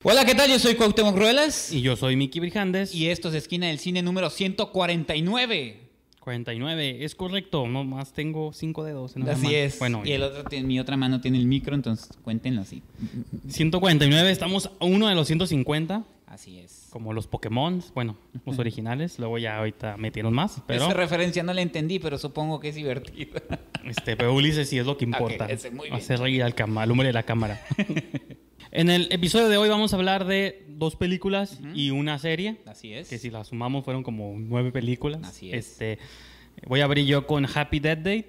Hola, ¿qué tal? Yo soy Cuauhtémoc Ruelas. Y yo soy Miki Brijandes. Y esto es Esquina del Cine número 149. 49, es correcto. Nomás tengo 5 dedos en una Así mano. es. Bueno, y el otro, mi otra mano tiene el micro, entonces cuéntenlo así. 149, estamos a uno de los 150. Así es. Como los Pokémon, bueno, los originales. Luego ya ahorita metieron más. Pero esa referencia no la entendí, pero supongo que es divertida. pero Ulises sí es lo que importa. Okay, muy bien. Hacer reír al hombre de la cámara. En el episodio de hoy vamos a hablar de 2 películas y una serie. Así es. Que si las sumamos fueron como 9 películas. Así es. Voy a abrir yo con Happy Death Day,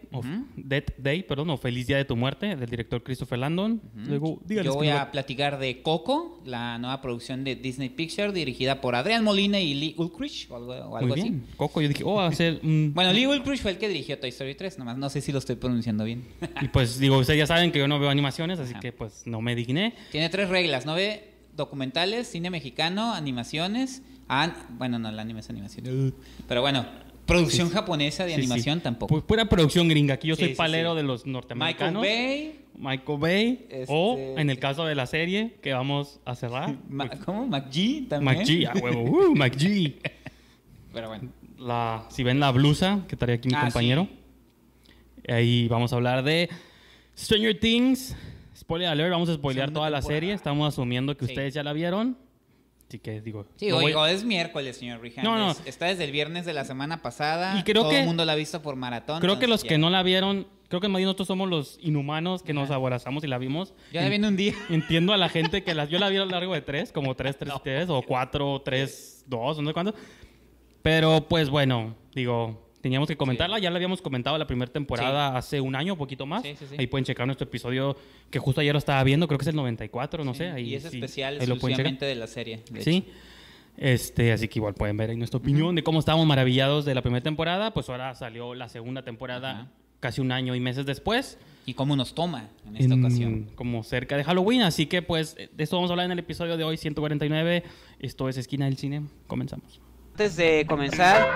o Feliz Día de tu Muerte, del director Christopher Landon. Luego, yo voy a platicar de Coco, la nueva producción de Disney Pictures, dirigida por Adrián Molina y Lee Ulrich, o algo Muy bien. así. Coco, yo dije, va a ser... Bueno, Lee Ulrich fue el que dirigió Toy Story 3, nomás no sé si lo estoy pronunciando bien. Y pues, digo, ustedes ya saben que yo no veo animaciones, así que pues no me digné. Tiene 3 reglas, no ve documentales, cine mexicano, animaciones... bueno, no, el anime es animación. Pero bueno... Producción japonesa de animación tampoco. Pues pura producción gringa. Aquí yo soy palero de los norteamericanos. Michael Bay. O en el caso de la serie que vamos a cerrar. ¿Cómo? McG también. McG, a huevo. McG. Pero bueno. Si ven la blusa que trae aquí mi compañero. Sí. Ahí vamos a hablar de Stranger Things. Spoiler alert, vamos a spoilear toda la serie. Estamos asumiendo que ustedes ya la vieron. Así que digo... Sí, hoy es miércoles, señor Brijandes. No. Está desde el viernes de la semana pasada. Y creo todo que... el mundo la ha visto por maratón. Creo que los que no la vieron... Creo que más bien nosotros somos los inhumanos que nos aborazamos y la vimos. Yo la vi en un día. Entiendo a la gente que yo la vi a lo largo de 3, como 3, o 4, 3, 2, no sé cuánto. Pero pues bueno, digo... Teníamos que comentarla, ya la habíamos comentado la primera temporada hace un año, un poquito más. Sí. Ahí pueden checar nuestro episodio, que justo ayer lo estaba viendo, creo que es el 94, no sé. Ahí, y es especial exclusivamente de la serie. Sí, así que igual pueden ver ahí nuestra opinión de cómo estábamos maravillados de la primera temporada. Pues ahora salió la segunda temporada casi un año y meses después. ¿Y cómo nos toma en esta ocasión? Como cerca de Halloween, así que pues de esto vamos a hablar en el episodio de hoy, 149. Esto es Esquina del Cine, comenzamos. Antes de comenzar...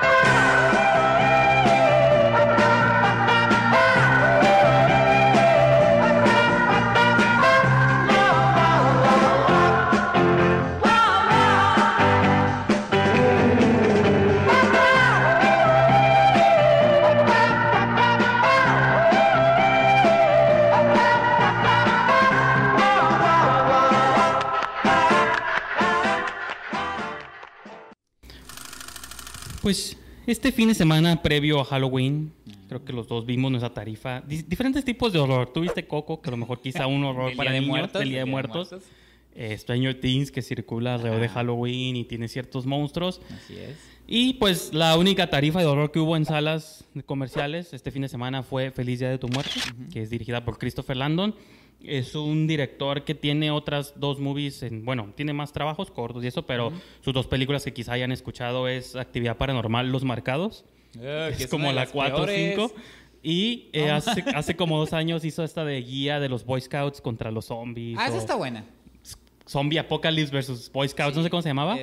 Pues este fin de semana previo a Halloween, creo que los dos vimos nuestra tarifa. Diferentes tipos de horror. Tuviste Coco, que a lo mejor quizá un horror para niños, del Día de Muertos. Stranger Things, que circula alrededor de Halloween y tiene ciertos monstruos. Así es. Y pues la única tarifa de horror que hubo en salas comerciales este fin de semana fue Feliz Día de tu Muerte, que es dirigida por Christopher Landon. Es un director que tiene otras 2 movies, tiene más trabajos cortos y eso, pero sus 2 películas que quizá hayan escuchado es Actividad Paranormal, Los Marcados, que es como la 4 o 5. Y hace como 2 años hizo esta de guía de los Boy Scouts contra los zombies. Esa está buena. Zombie Apocalypse versus Boy Scouts, no sé cómo se llamaba.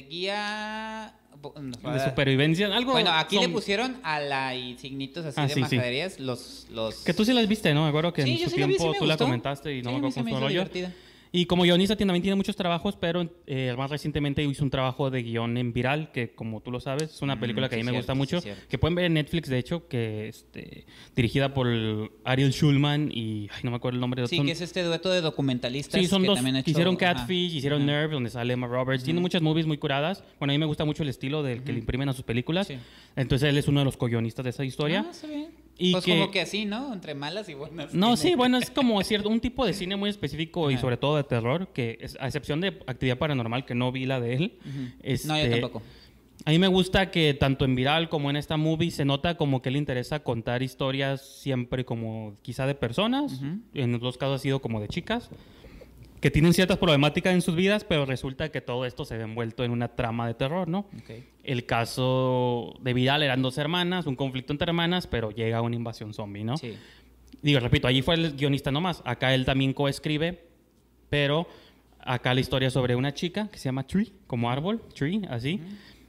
Guía... de supervivencia, algo. Bueno, aquí le pusieron a la insignitos así de majaderías los... Que tú sí las viste, ¿no? Me acuerdo que en su tiempo tú la comentaste y no me acuerdo cómo estuvo el rollo. Y como guionista también tiene muchos trabajos, pero más recientemente hizo un trabajo de guión en Viral, que como tú lo sabes, es una película que a mí me gusta mucho, que pueden ver en Netflix, de hecho, que dirigida por Ariel Schulman y no me acuerdo el nombre. Sí, que es este dueto de documentalistas. Sí, son que 2 también que hicieron Catfish, hicieron Nerve, donde sale Emma Roberts. Tiene muchas movies muy curadas. Bueno, a mí me gusta mucho el estilo del que le imprimen a sus películas. Sí. Entonces él es uno de los co-guionistas de esa historia. Está bien. Y pues como que así, ¿no? Entre malas y buenas. No, sí, bueno, es como un tipo de cine muy específico y sobre todo de terror, que a excepción de Actividad Paranormal, que no vi la de él. No, yo tampoco. A mí me gusta que tanto en Viral como en esta movie se nota como que le interesa contar historias siempre como quizá de personas. En los 2 casos ha sido como de chicas, que tienen ciertas problemáticas en sus vidas, pero resulta que todo esto se ve envuelto en una trama de terror, ¿no? El caso de Viral eran 2 hermanas, un conflicto entre hermanas, pero llega una invasión zombie, ¿no? Sí. Digo, repito, allí fue el guionista nomás. Acá él también coescribe, pero acá la historia es sobre una chica que se llama Tree, como árbol, Tree, así.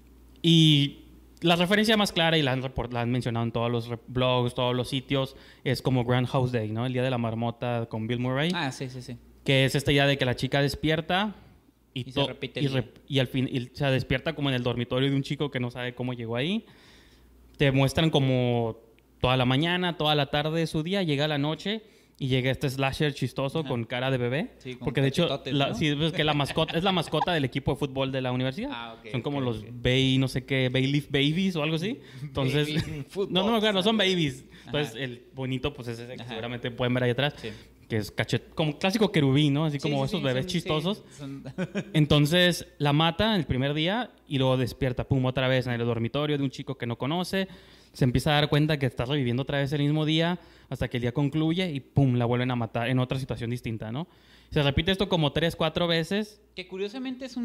Y la referencia más clara, y la han mencionado en todos los blogs, todos los sitios, es como Groundhog Day, ¿no? El Día de la Marmota con Bill Murray. Sí. Que es esta idea de que la chica despierta Y se repite el día. y al fin se despierta como en el dormitorio de un chico que no sabe cómo llegó ahí. Te muestran como toda la mañana, toda la tarde de su día, llega la noche y llega este slasher chistoso con cara de bebé. Sí, con porque de hecho, ¿no? sí, es que la mascota es la mascota del equipo de fútbol de la universidad. Son como los no sé qué, Bayleaf Babies o algo así. Entonces, no son babies. Entonces, el bonito, pues es ese que seguramente pueden ver ahí atrás. Sí. Que es como clásico querubín, ¿no? Así como esos bebés chistosos. Entonces, la mata el primer día y luego despierta, pum, otra vez en el dormitorio de un chico que no conoce. Se empieza a dar cuenta que está reviviendo otra vez el mismo día hasta que el día concluye y pum, la vuelven a matar en otra situación distinta, ¿no? Se repite esto como 3, 4 veces. Que curiosamente es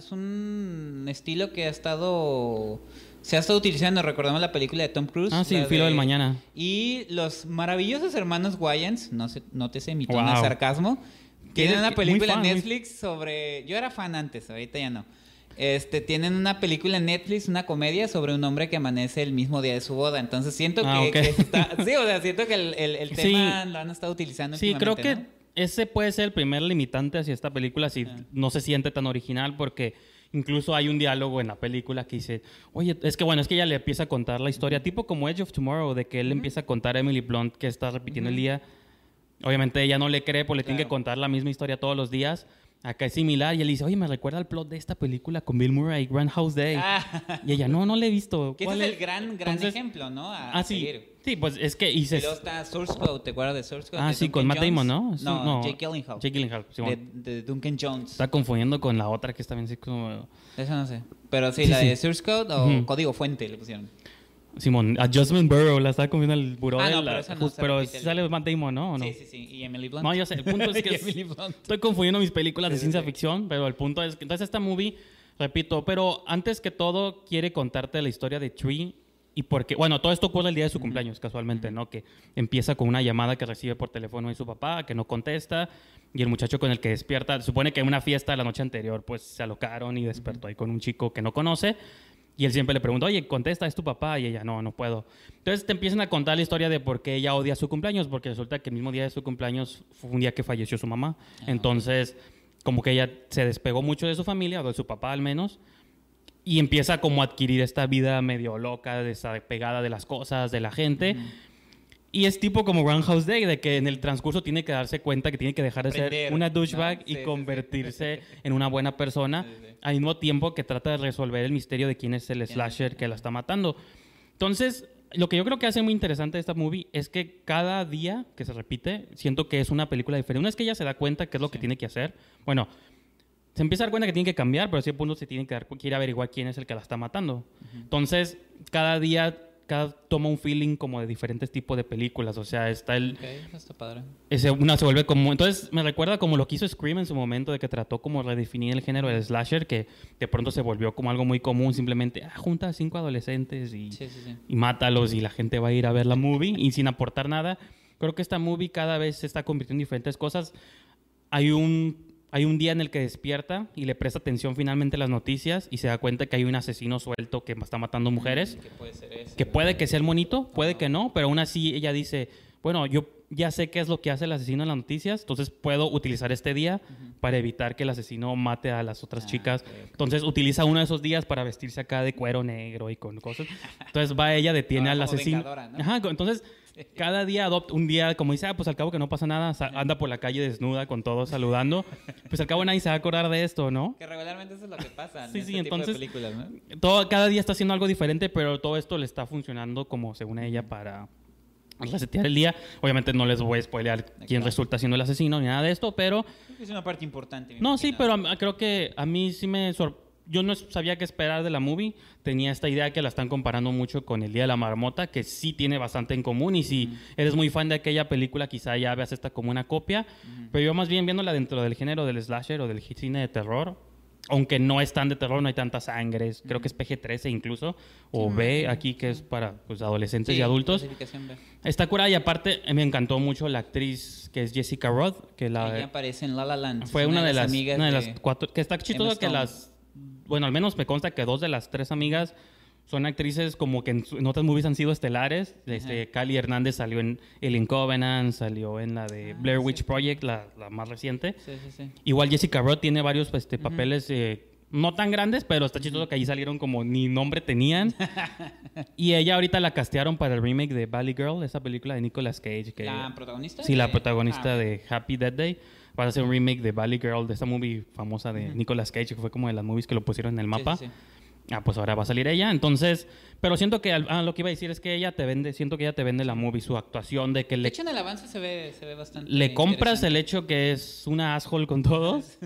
un estilo que se ha estado utilizando. Recordamos la película de Tom Cruise. Sí, El filo del mañana. Y los maravillosos hermanos Wayans, nótese mi tono de sarcasmo, tienen una película en Netflix sobre... Yo era fan antes, ahorita ya no. Tienen una película en Netflix, una comedia sobre un hombre que amanece el mismo día de su boda. Entonces siento que está... Sí, o sea, siento que el tema lo han estado utilizando últimamente, creo que ¿no? Ese puede ser el primer limitante hacia esta película si no se siente tan original, porque incluso hay un diálogo en la película que dice, oye, es que ella le empieza a contar la historia, tipo como Edge of Tomorrow, de que él empieza a contar a Emily Blunt que está repitiendo el día. Obviamente ella no le cree, pues le tiene que contar la misma historia todos los días. Acá es similar y él dice, oye, me recuerda al plot de esta película con Bill Murray, Groundhog Day. Y ella, no le he visto. Que ese es el gran ejemplo, ¿no? A seguir. Sí, pues es que... Y luego está Source Code, ¿te acuerdas de Source Code? Sí, con Matt Damon, ¿no? No, Jake Gyllenhaal. Jake Gyllenhaal, sí, de Duncan Jones. Está confundiendo con la otra que está bien así como... Eso no sé. Pero sí, la de Source Code o Código Fuente le pusieron. Simón, Adjustment Bureau, la estaba confundiendo el buró de pero la... esa no pero sale Matt Damon, ¿no? ¿O no? Sí. Y Emily Blunt. No, yo sé. El punto es que estoy confundiendo mis películas de ciencia ficción, pero el punto es que entonces esta movie, repito, pero antes que todo quiere contarte la historia de Tree y porque, bueno, todo esto ocurre el día de su cumpleaños, casualmente, ¿no? Que empieza con una llamada que recibe por teléfono de su papá, que no contesta, y el muchacho con el que despierta, supone que en una fiesta la noche anterior, pues se alocaron y despertó ahí con un chico que no conoce. Y él siempre le pregunta, oye, contesta, ¿es tu papá? Y ella, no puedo. Entonces te empiezan a contar la historia de por qué ella odia su cumpleaños, porque resulta que el mismo día de su cumpleaños fue un día que falleció su mamá. Entonces, como que ella se despegó mucho de su familia, o de su papá al menos, y empieza como a adquirir esta vida medio loca, desapegada de las cosas, de la gente. Y es tipo como Groundhog Day, de que en el transcurso tiene que darse cuenta que tiene que dejar de ser una douchebag y convertirse en una buena persona, al mismo tiempo que trata de resolver el misterio de quién es el slasher que la está matando. Entonces, lo que yo creo que hace muy interesante esta movie es que cada día que se repite, siento que es una película diferente. Una vez que ella se da cuenta qué es lo que tiene que hacer, bueno, se empieza a dar cuenta que tiene que cambiar, pero a ese punto se quiere averiguar quién es el que la está matando. Entonces, cada día... toma un feeling como de diferentes tipos de películas, o sea, está está padre. Una se vuelve como... Entonces, me recuerda como lo que hizo Scream en su momento, de que trató como redefinir el género del slasher, que de pronto se volvió como algo muy común, simplemente, junta a 5 adolescentes y mátalos y la gente va a ir a ver la movie y sin aportar nada. Creo que esta movie cada vez se está convirtiendo en diferentes cosas. Hay un día en el que despierta y le presta atención finalmente a las noticias y se da cuenta que hay un asesino suelto que está matando mujeres. Que puede ser ese. Que puede que sea el monito, puede que no, pero aún así ella dice, bueno, yo ya sé qué es lo que hace el asesino en las noticias, entonces puedo utilizar este día para evitar que el asesino mate a las otras chicas. Okay. Entonces utiliza uno de esos días para vestirse acá de cuero negro y con cosas. Entonces va ella, detiene al asesino. ¿No? Entonces... Cada día adopta un día, como dice, pues al cabo que no pasa nada, anda por la calle desnuda con todos saludando, pues al cabo nadie se va a acordar de esto, ¿no? Que regularmente eso es lo que pasa en sí, este entonces, tipo de películas, ¿no? Cada día está haciendo algo diferente, pero todo esto le está funcionando como según ella para resetear el día. Obviamente no les voy a spoilear quién resulta siendo el asesino ni nada de esto, pero... Es una parte importante. No, sí, pero creo que a mí sí me sorprendió. Yo no sabía qué esperar de la movie. Tenía esta idea que la están comparando mucho con El Día de la Marmota, que sí tiene bastante en común. Y si eres muy fan de aquella película, quizá ya veas esta como una copia. Pero yo más bien viéndola dentro del género del slasher o del cine de terror, aunque no es tan de terror, no hay tantas sangres. Creo que es PG-13 incluso. O B, aquí, que es para adolescentes y adultos. Está curada. Y aparte, me encantó mucho la actriz que es Jessica Roth. Ella aparece en La La Land. Fue una de las amigas. Una de las 4. Que está chistoso que las... Bueno, al menos me consta que 2 de las 3 amigas son actrices como que en otras movies han sido estelares. Cali Hernández salió en Alien Covenant, salió en la de Blair Witch Project, la más reciente. Sí. Igual Jessica Biel tiene varios papeles no tan grandes, pero está chistoso que ahí salieron como ni nombre tenían. Y ella ahorita la castearon para el remake de Valley Girl, esa película de Nicolas Cage. ¿La protagonista? Sí, la protagonista de Happy Death Day. Va a hacer un remake de Valley Girl, de esa movie famosa de Nicolas Cage, que fue como de las movies que lo pusieron en el mapa. Sí. Pues ahora va a salir ella. Entonces, pero siento que lo que iba a decir es que siento que ella te vende la movie, su actuación de que de hecho, en el avance se ve bastante le compras el hecho que es una asshole con todos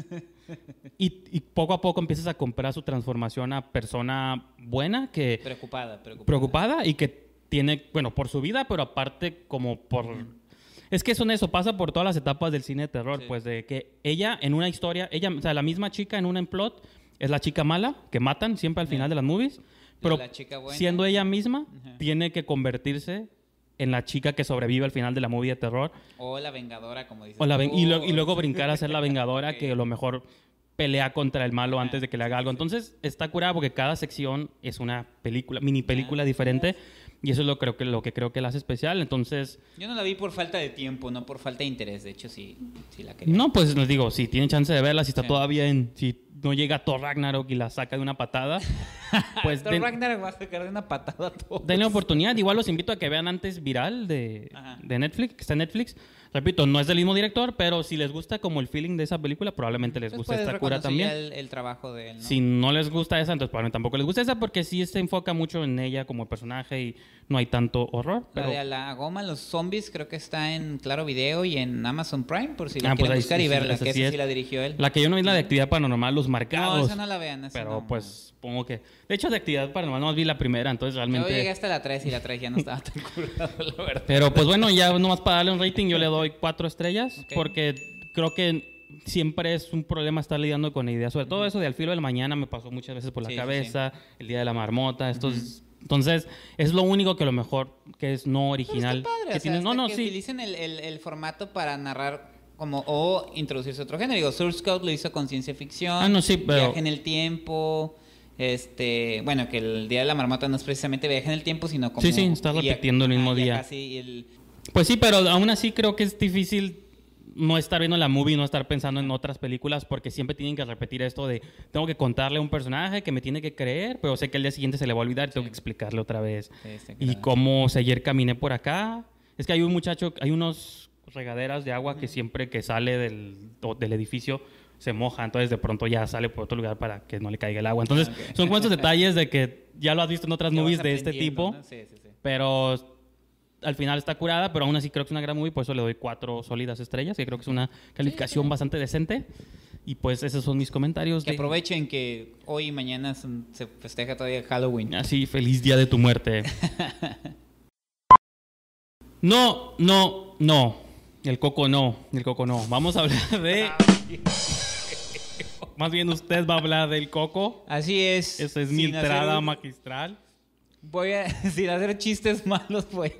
y poco a poco empiezas a comprar su transformación a persona buena que... Preocupada y que tiene, bueno, por su vida, pero aparte como por... Es que eso pasa por todas las etapas del cine de terror, pues de que ella en una historia, o sea, la misma chica en un plot es la chica mala que matan siempre al final de las movies, pero la chica buena, siendo ella misma tiene que convertirse en la chica que sobrevive al final de la movie de terror. O la vengadora, como dices. Y luego brincar a ser la vengadora que a lo mejor pelea contra el malo antes de que le haga algo. Entonces está curada porque cada sección es una mini película diferente. Y eso es lo que creo que la hace especial. Entonces... Yo no la vi por falta de tiempo, no por falta de interés. De hecho, sí la quería. No, pues les digo, si tienen chance de verla, si está todavía si no llega Thor Ragnarok y la saca de una patada, pues... Thor Ragnarok va a sacar de una patada a todos. Denle oportunidad. Igual los invito a que vean antes Viral de Netflix, que está en Netflix. Repito, no es del mismo director, pero si les gusta como el feeling de esa película, probablemente les gusta esta cura también. El trabajo de él, ¿no? Si no les gusta esa, entonces probablemente tampoco les gusta esa, porque sí se enfoca mucho en ella como personaje y no hay tanto horror. Pero... La de La Goma, los zombies, creo que está en Claro Video y en Amazon Prime, por si la quieren buscar y verla, que esa sí la dirigió él. La que yo no vi la de Actividad Paranormal, Los Marcados. No, esa no la vean. Pero pues supongo que... De hecho, de Actividad Paranormal no vi la primera, entonces realmente... Yo llegué hasta la 3 y la 3 ya no estaba tan curado, la verdad. Pero pues bueno, ya nomás para darle un rating yo le doy 4 estrellas, porque creo que siempre es un problema estar lidiando con ideas. Sobre todo eso de Al filo del mañana me pasó muchas veces por la cabeza, El día de la marmota, Entonces, es lo único que a lo mejor que es no original. Pero está padre, que utilicen el formato para narrar o introducirse otro género. Digo, Source Code lo hizo con ciencia ficción, viaje en el tiempo, bueno, que el día de la marmota no es precisamente viaje en el tiempo, sino como... Sí, está repitiendo el mismo día. Pues sí, pero aún así creo que es difícil no estar viendo la movie y no estar pensando en otras películas, porque siempre tienen que repetir esto de tengo que contarle a un personaje que me tiene que creer, pero sé que el día siguiente se le va a olvidar, tengo que explicarle otra vez. Y cómo si ayer caminé por acá. Es que hay unos regaderas de agua que siempre que sale del edificio se moja, entonces de pronto ya sale por otro lugar para que no le caiga el agua. Entonces son cuantos detalles de que ya lo has visto en otras movies de este tipo, ¿no? Sí. Pero al final está curada, pero aún así creo que es una gran movie, por eso le doy 4 sólidas estrellas, que creo que es una calificación bastante decente. Y pues esos son mis comentarios. Que aprovechen que hoy y mañana se festeja todavía Halloween. Así, feliz día de tu muerte. No. El coco no. Vamos a hablar de... Más bien usted va a hablar del coco. Así es. Esa es mi entrada magistral. Sin hacer chistes malos, voy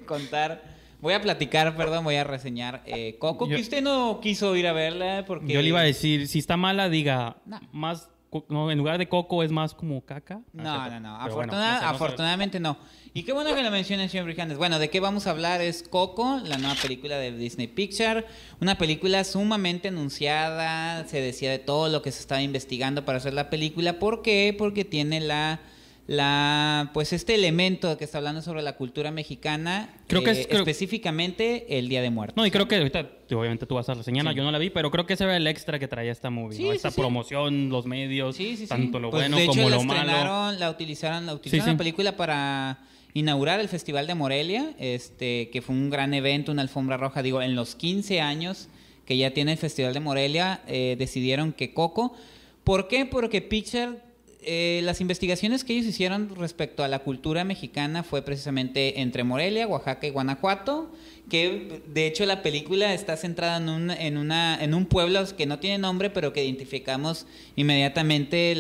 a reseñar Coco, que usted no quiso ir a verla porque... Yo le iba a decir, si está mala, diga, en lugar de Coco es más como caca. No. Afortunadamente no. Y qué bueno que lo menciona, señor Brijandes. Bueno, ¿de qué vamos a hablar? Es Coco, la nueva película de Disney Pixar. Una película sumamente anunciada. Se decía de todo lo que se estaba investigando para hacer la película. ¿Por qué? Porque tiene pues este elemento que está hablando sobre la cultura mexicana, específicamente el Día de Muertos. No, y creo que ahorita, obviamente tú vas a reseñar, yo no la vi, pero creo que ese era el extra que traía esta movie, ¿no? Esta promoción, los medios, tanto lo bueno como lo malo. La utilizaron la película para inaugurar el Festival de Morelia, que fue un gran evento, una alfombra roja, en los 15 años que ya tiene el Festival de Morelia, decidieron que Coco. ¿Por qué? Porque Pixar... las investigaciones que ellos hicieron respecto a la cultura mexicana fue precisamente entre Morelia, Oaxaca y Guanajuato, que de hecho la película está centrada en un pueblo que no tiene nombre, pero que identificamos inmediatamente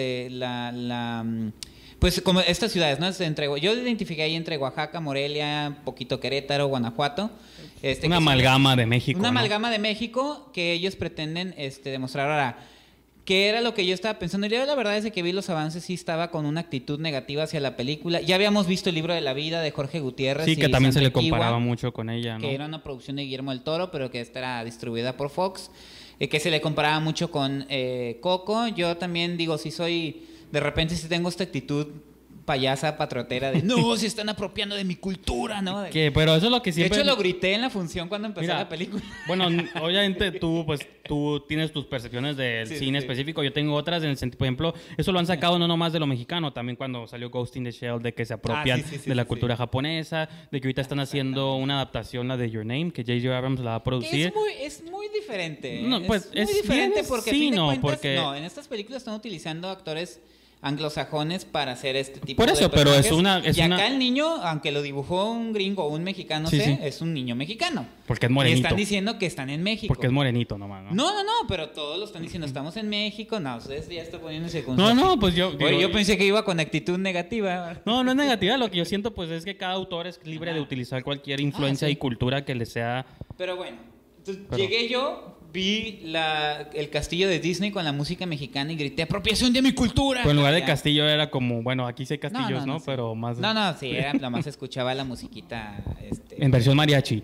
pues como estas ciudades, ¿no? Yo identifiqué ahí entre Oaxaca, Morelia, poquito Querétaro, Guanajuato. Una amalgama de México. Una amalgama de México que ellos pretenden demostrar ahora. Que era lo que yo estaba pensando. Yo la verdad es que vi los avances, sí estaba con una actitud negativa hacia la película. Ya habíamos visto el libro de la vida de Jorge Gutiérrez. Sí, que también se le comparaba mucho con ella, ¿no? Que era una producción de Guillermo del Toro, pero que esta era distribuida por Fox. Que se le comparaba mucho con Coco. Yo también digo, si soy... De repente si tengo esta actitud payasa patriotera de no, se están apropiando de mi cultura, ¿no? Pero eso es lo que siempre... De hecho, lo grité en la función cuando empezó la película. Bueno, obviamente tú tienes tus percepciones del cine específico. Yo tengo otras en el sentido, por ejemplo, eso lo han sacado no nomás de lo mexicano, también cuando salió Ghost in the Shell, de que se apropian de la cultura japonesa, de que ahorita están haciendo una adaptación, la de Your Name, que J.J. Abrams la va a producir. Es muy diferente. No, pues es muy diferente porque, sí, en estas películas están utilizando actores anglosajones para hacer este tipo de personajes. Pero es una... Y acá el niño, aunque lo dibujó un gringo o un mexicano, es un niño mexicano. Porque es morenito. Y están diciendo que están en México. Porque es morenito nomás, ¿no? No, pero todos lo están diciendo, estamos en México. No, ustedes ya están poniendo circunstancias. No, pues yo pensé que iba con actitud negativa. No es negativa. Lo que yo siento, pues, es que cada autor es libre de utilizar cualquier influencia y cultura que le sea... Pero bueno, entonces llegué yo... Vi el castillo de Disney con la música mexicana y grité ¡apropiación de mi cultura! Pues en lugar de castillo era como, bueno, aquí sí hay castillos, ¿no? Pero más... Era lo más escuchaba la musiquita... en versión mariachi.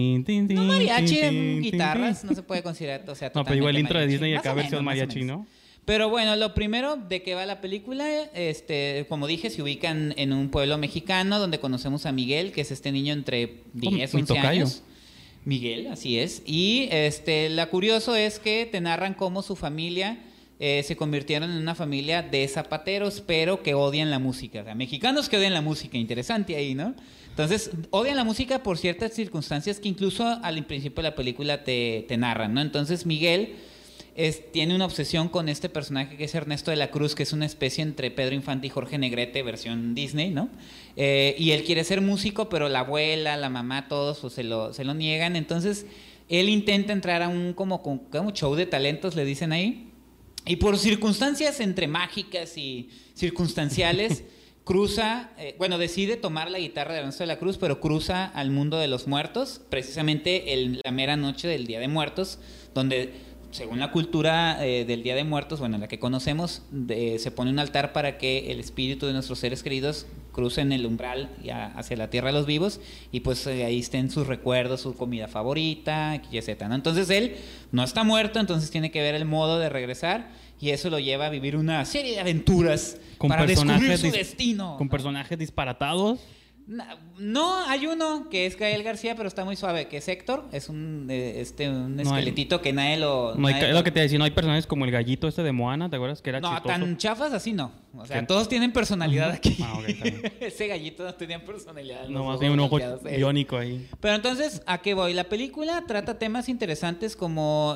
No mariachi, en guitarras, no se puede considerar, o sea, no, pero igual el intro mariachi. De Disney y acá versión mariachi, ¿no? Pero bueno, lo primero de qué va la película, como dije, se ubican en un pueblo mexicano donde conocemos a Miguel, que es este niño entre 10 y 11 años. Miguel, así es. Y la curioso es que te narran cómo su familia se convirtieron en una familia de zapateros, pero que odian la música. O sea, mexicanos que odian la música, interesante ahí, ¿no? Entonces, odian la música por ciertas circunstancias que incluso al principio de la película te narran, ¿no? Entonces, Miguel tiene una obsesión con este personaje que es Ernesto de la Cruz, que es una especie entre Pedro Infante y Jorge Negrete, versión Disney, ¿no? Y él quiere ser músico, pero la abuela, la mamá, todos pues, se lo niegan. Entonces, él intenta entrar a un como show de talentos, le dicen ahí. Y por circunstancias entre mágicas y circunstanciales, decide tomar la guitarra de Ernesto de la Cruz, pero cruza al mundo de los muertos, precisamente la mera noche del Día de Muertos, donde... Según la cultura del Día de Muertos, bueno, la que conocemos, se pone un altar para que el espíritu de nuestros seres queridos crucen el umbral hacia la tierra de los vivos y pues ahí estén sus recuerdos, su comida favorita, etc., ¿no? Entonces él no está muerto, entonces tiene que ver el modo de regresar y eso lo lleva a vivir una serie de aventuras para descubrir su destino. Con personajes disparatados. No, hay uno que es Gael García, pero está muy suave, que es Héctor, es un esqueletito que nadie lo... Es lo que te decía, no hay personajes como el gallito de Moana, ¿te acuerdas? Que era chistoso. Tan chafas así no, o sea, todos tienen personalidad aquí. Okay, ese gallito no tenía personalidad. No, más bien un ojo biónico ahí. Pero entonces, ¿a qué voy? La película trata temas interesantes como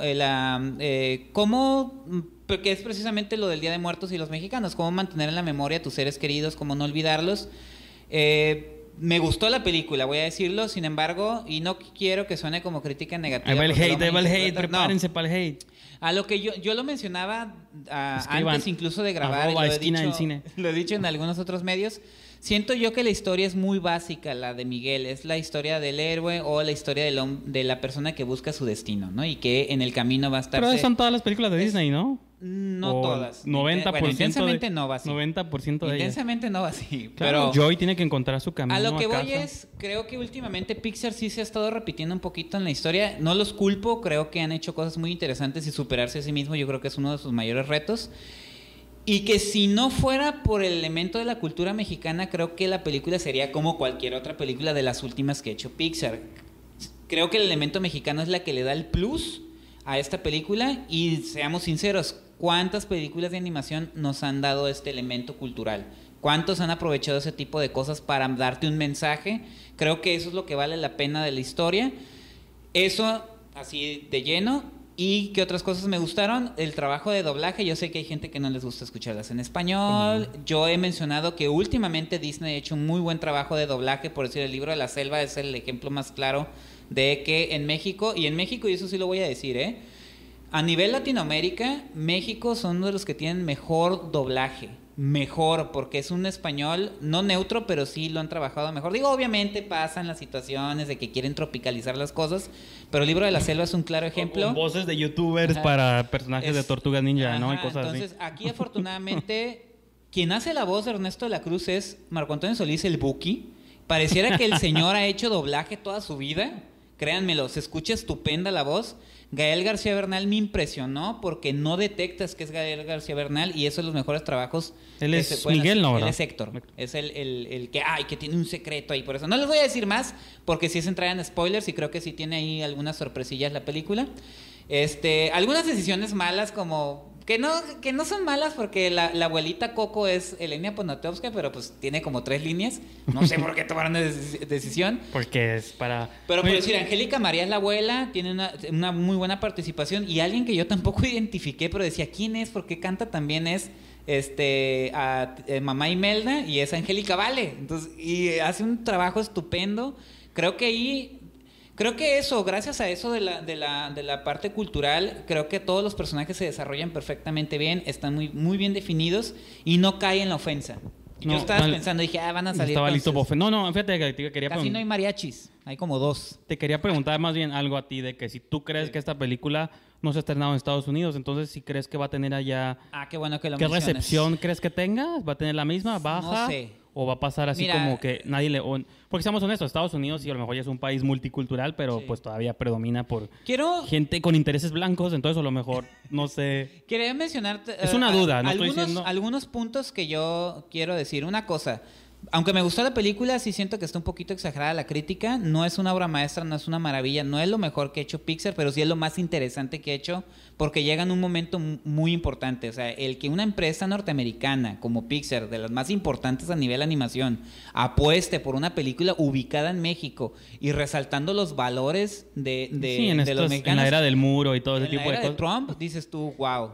que es precisamente lo del Día de Muertos y los mexicanos, cómo mantener en la memoria a tus seres queridos, cómo no olvidarlos. Me gustó la película, voy a decirlo, sin embargo, y no quiero que suene como crítica negativa. Ahí va el hate, prepárense para el hate. A lo que yo lo mencionaba antes incluso de grabar, lo he dicho en algunos otros medios. Siento yo que la historia es muy básica, la de Miguel. Es la historia del héroe o la historia de la persona que busca su destino, ¿no? Y que en el camino va a estar... Pero son todas las películas de Disney, ¿no? No todas. 90%. Intensamente no va así. 90% de Intensamente no va así. Claro, pero Joy tiene que encontrar su camino a lo que voy es, creo que últimamente Pixar sí se ha estado repitiendo un poquito en la historia. No los culpo, creo que han hecho cosas muy interesantes y superarse a sí mismo yo creo que es uno de sus mayores retos. Y que si no fuera por el elemento de la cultura mexicana, creo que la película sería como cualquier otra película de las últimas que ha hecho Pixar. Creo que el elemento mexicano es la que le da el plus a esta película y seamos sinceros, ¿cuántas películas de animación nos han dado este elemento cultural? ¿Cuántos han aprovechado ese tipo de cosas para darte un mensaje? Creo que eso es lo que vale la pena de la historia. Eso así de lleno. ¿Y qué otras cosas me gustaron? El trabajo de doblaje. Yo sé que hay gente que no les gusta escucharlas en español. Yo he mencionado que últimamente Disney ha hecho un muy buen trabajo de doblaje. Por decir, el libro de la selva es el ejemplo más claro de que en México, y eso sí lo voy a decir, a nivel Latinoamérica, México son uno de los que tienen mejor doblaje. mejor, porque es un español no neutro, pero sí lo han trabajado mejor. Digo, obviamente pasan las situaciones de que quieren tropicalizar las cosas, pero el Libro de la Selva es un claro ejemplo. Con voces de youtubers para personajes de Tortugas Ninja, ¿no? Y cosas así. Entonces, aquí afortunadamente, quien hace la voz de Ernesto de la Cruz es Marco Antonio Solís, el Buki. Pareciera que el señor ha hecho doblaje toda su vida. Créanmelo, se escucha estupenda la voz. Gael García Bernal me impresionó porque no detectas que es Gael García Bernal y eso es los mejores trabajos. Él es Miguel, ¿no? Él es Héctor. Es el que tiene un secreto ahí por eso. No les voy a decir más porque si es entrar en spoilers y creo que sí tiene ahí algunas sorpresillas la película. Algunas decisiones malas como... Que no son malas porque la abuelita Coco es Elena Poniatowska, pero pues tiene como 3 líneas. No sé por qué tomaron esa decisión. Porque es para... Pero por decir, Angélica María es la abuela, tiene una muy buena participación. Y alguien que yo tampoco identifiqué, pero decía, ¿quién es? Porque canta también es Mamá Imelda y es Angélica Vale. Entonces, y hace un trabajo estupendo. Creo que eso, gracias a eso de la parte cultural, creo que todos los personajes se desarrollan perfectamente bien, están muy, muy bien definidos y no caen en la ofensa. Yo estaba pensando, dije, van a salir. Estaba listo para ofender. No, fíjate que te quería Casi no hay mariachis, hay como 2. Te quería preguntar más bien algo a ti de que si tú crees que esta película no se ha estrenado en Estados Unidos, entonces si crees que va a tener allá... Qué bueno que lo ¿Qué mencionas. recepción crees que tenga? ¿Va a tener la misma? ¿Baja? No sé. ¿O va a pasar así como que nadie le... Porque seamos honestos, Estados Unidos sí a lo mejor ya es un país multicultural, pero pues todavía predomina por gente con intereses blancos, entonces a lo mejor, no sé... Quería mencionarte... Es una duda, no estoy diciendo... Algunos puntos que yo quiero decir. Una cosa... Aunque me gustó la película, sí siento que está un poquito exagerada la crítica. No es una obra maestra, no es una maravilla, no es lo mejor que ha hecho Pixar, pero sí es lo más interesante que ha hecho porque llega en un momento muy importante. O sea, el que una empresa norteamericana como Pixar, de las más importantes a nivel animación, apueste por una película ubicada en México y resaltando los valores de los mexicanos. En la era del muro y todo ese tipo de cosas. En la era de Trump, dices tú, wow.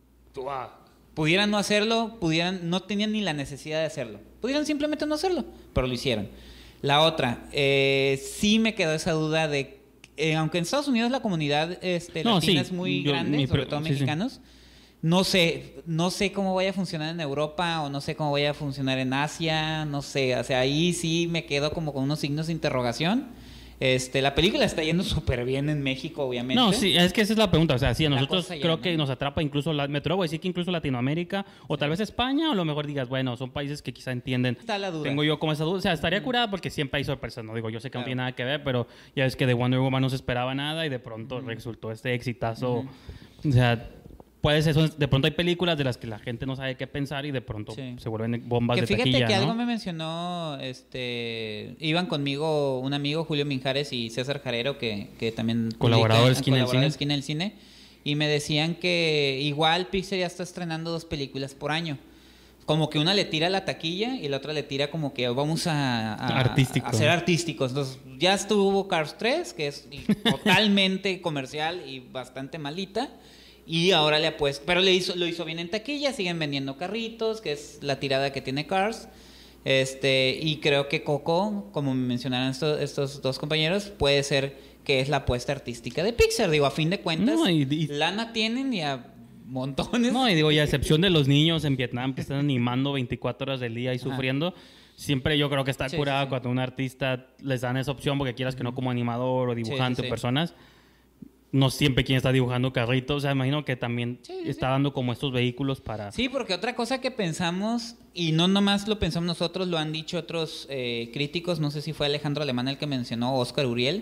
Pudieran no hacerlo, no tenían ni la necesidad de hacerlo. Pudieran simplemente no hacerlo, pero lo hicieron. La otra, sí me quedó esa duda de, aunque en Estados Unidos la comunidad latina es muy grande, sobre todo mexicanos, no sé cómo vaya a funcionar en Europa o no sé cómo vaya a funcionar en Asia, no sé, o sea, ahí sí me quedo como con unos signos de interrogación. La película está yendo súper bien en México, obviamente. No, sí, es que esa es la pregunta. O sea, sí, a nosotros creo que nos atrapa incluso, me atrevo a decir que incluso Latinoamérica, o tal vez España, o a lo mejor digas, bueno, son países que quizá entienden. Está la duda. Tengo yo como esa duda. O sea, estaría curada porque siempre hay sorpresas, ¿no? Digo, yo sé que no tiene nada que ver, pero ya es que de Wonder Woman no se esperaba nada y de pronto resultó este exitazo. O sea... Puede ser, de pronto hay películas de las que la gente no sabe qué pensar y de pronto se vuelven bombas de taquilla, fíjate que ¿no? algo me mencionó, iban conmigo un amigo, Julio Minjares y César Jarero, que también colaboradores de Esquina del Cine, y me decían que igual Pixar ya está estrenando 2 películas por año. Como que una le tira a la taquilla y la otra le tira como que vamos a ser artísticos. Entonces, ya estuvo Cars 3, que es totalmente comercial y bastante malita. Y ahora le apuesto, pero lo hizo bien en taquilla, siguen vendiendo carritos, que es la tirada que tiene Cars. Y creo que Coco, como me mencionaron estos 2 compañeros, puede ser que es la apuesta artística de Pixar. Digo, a fin de cuentas, lana tienen y a montones. No, y digo, y a excepción de los niños en Vietnam que están animando 24 horas del día y sufriendo, siempre yo creo que está curada cuando a un artista les dan esa opción, porque quieras que no como animador o dibujante o personas. No siempre quien está dibujando carritos, o sea, imagino que también está dando como estos vehículos para... Sí, porque otra cosa que pensamos, y no nomás lo pensamos nosotros, lo han dicho otros críticos, no sé si fue Alejandro Alemán el que mencionó, Oscar Uriel,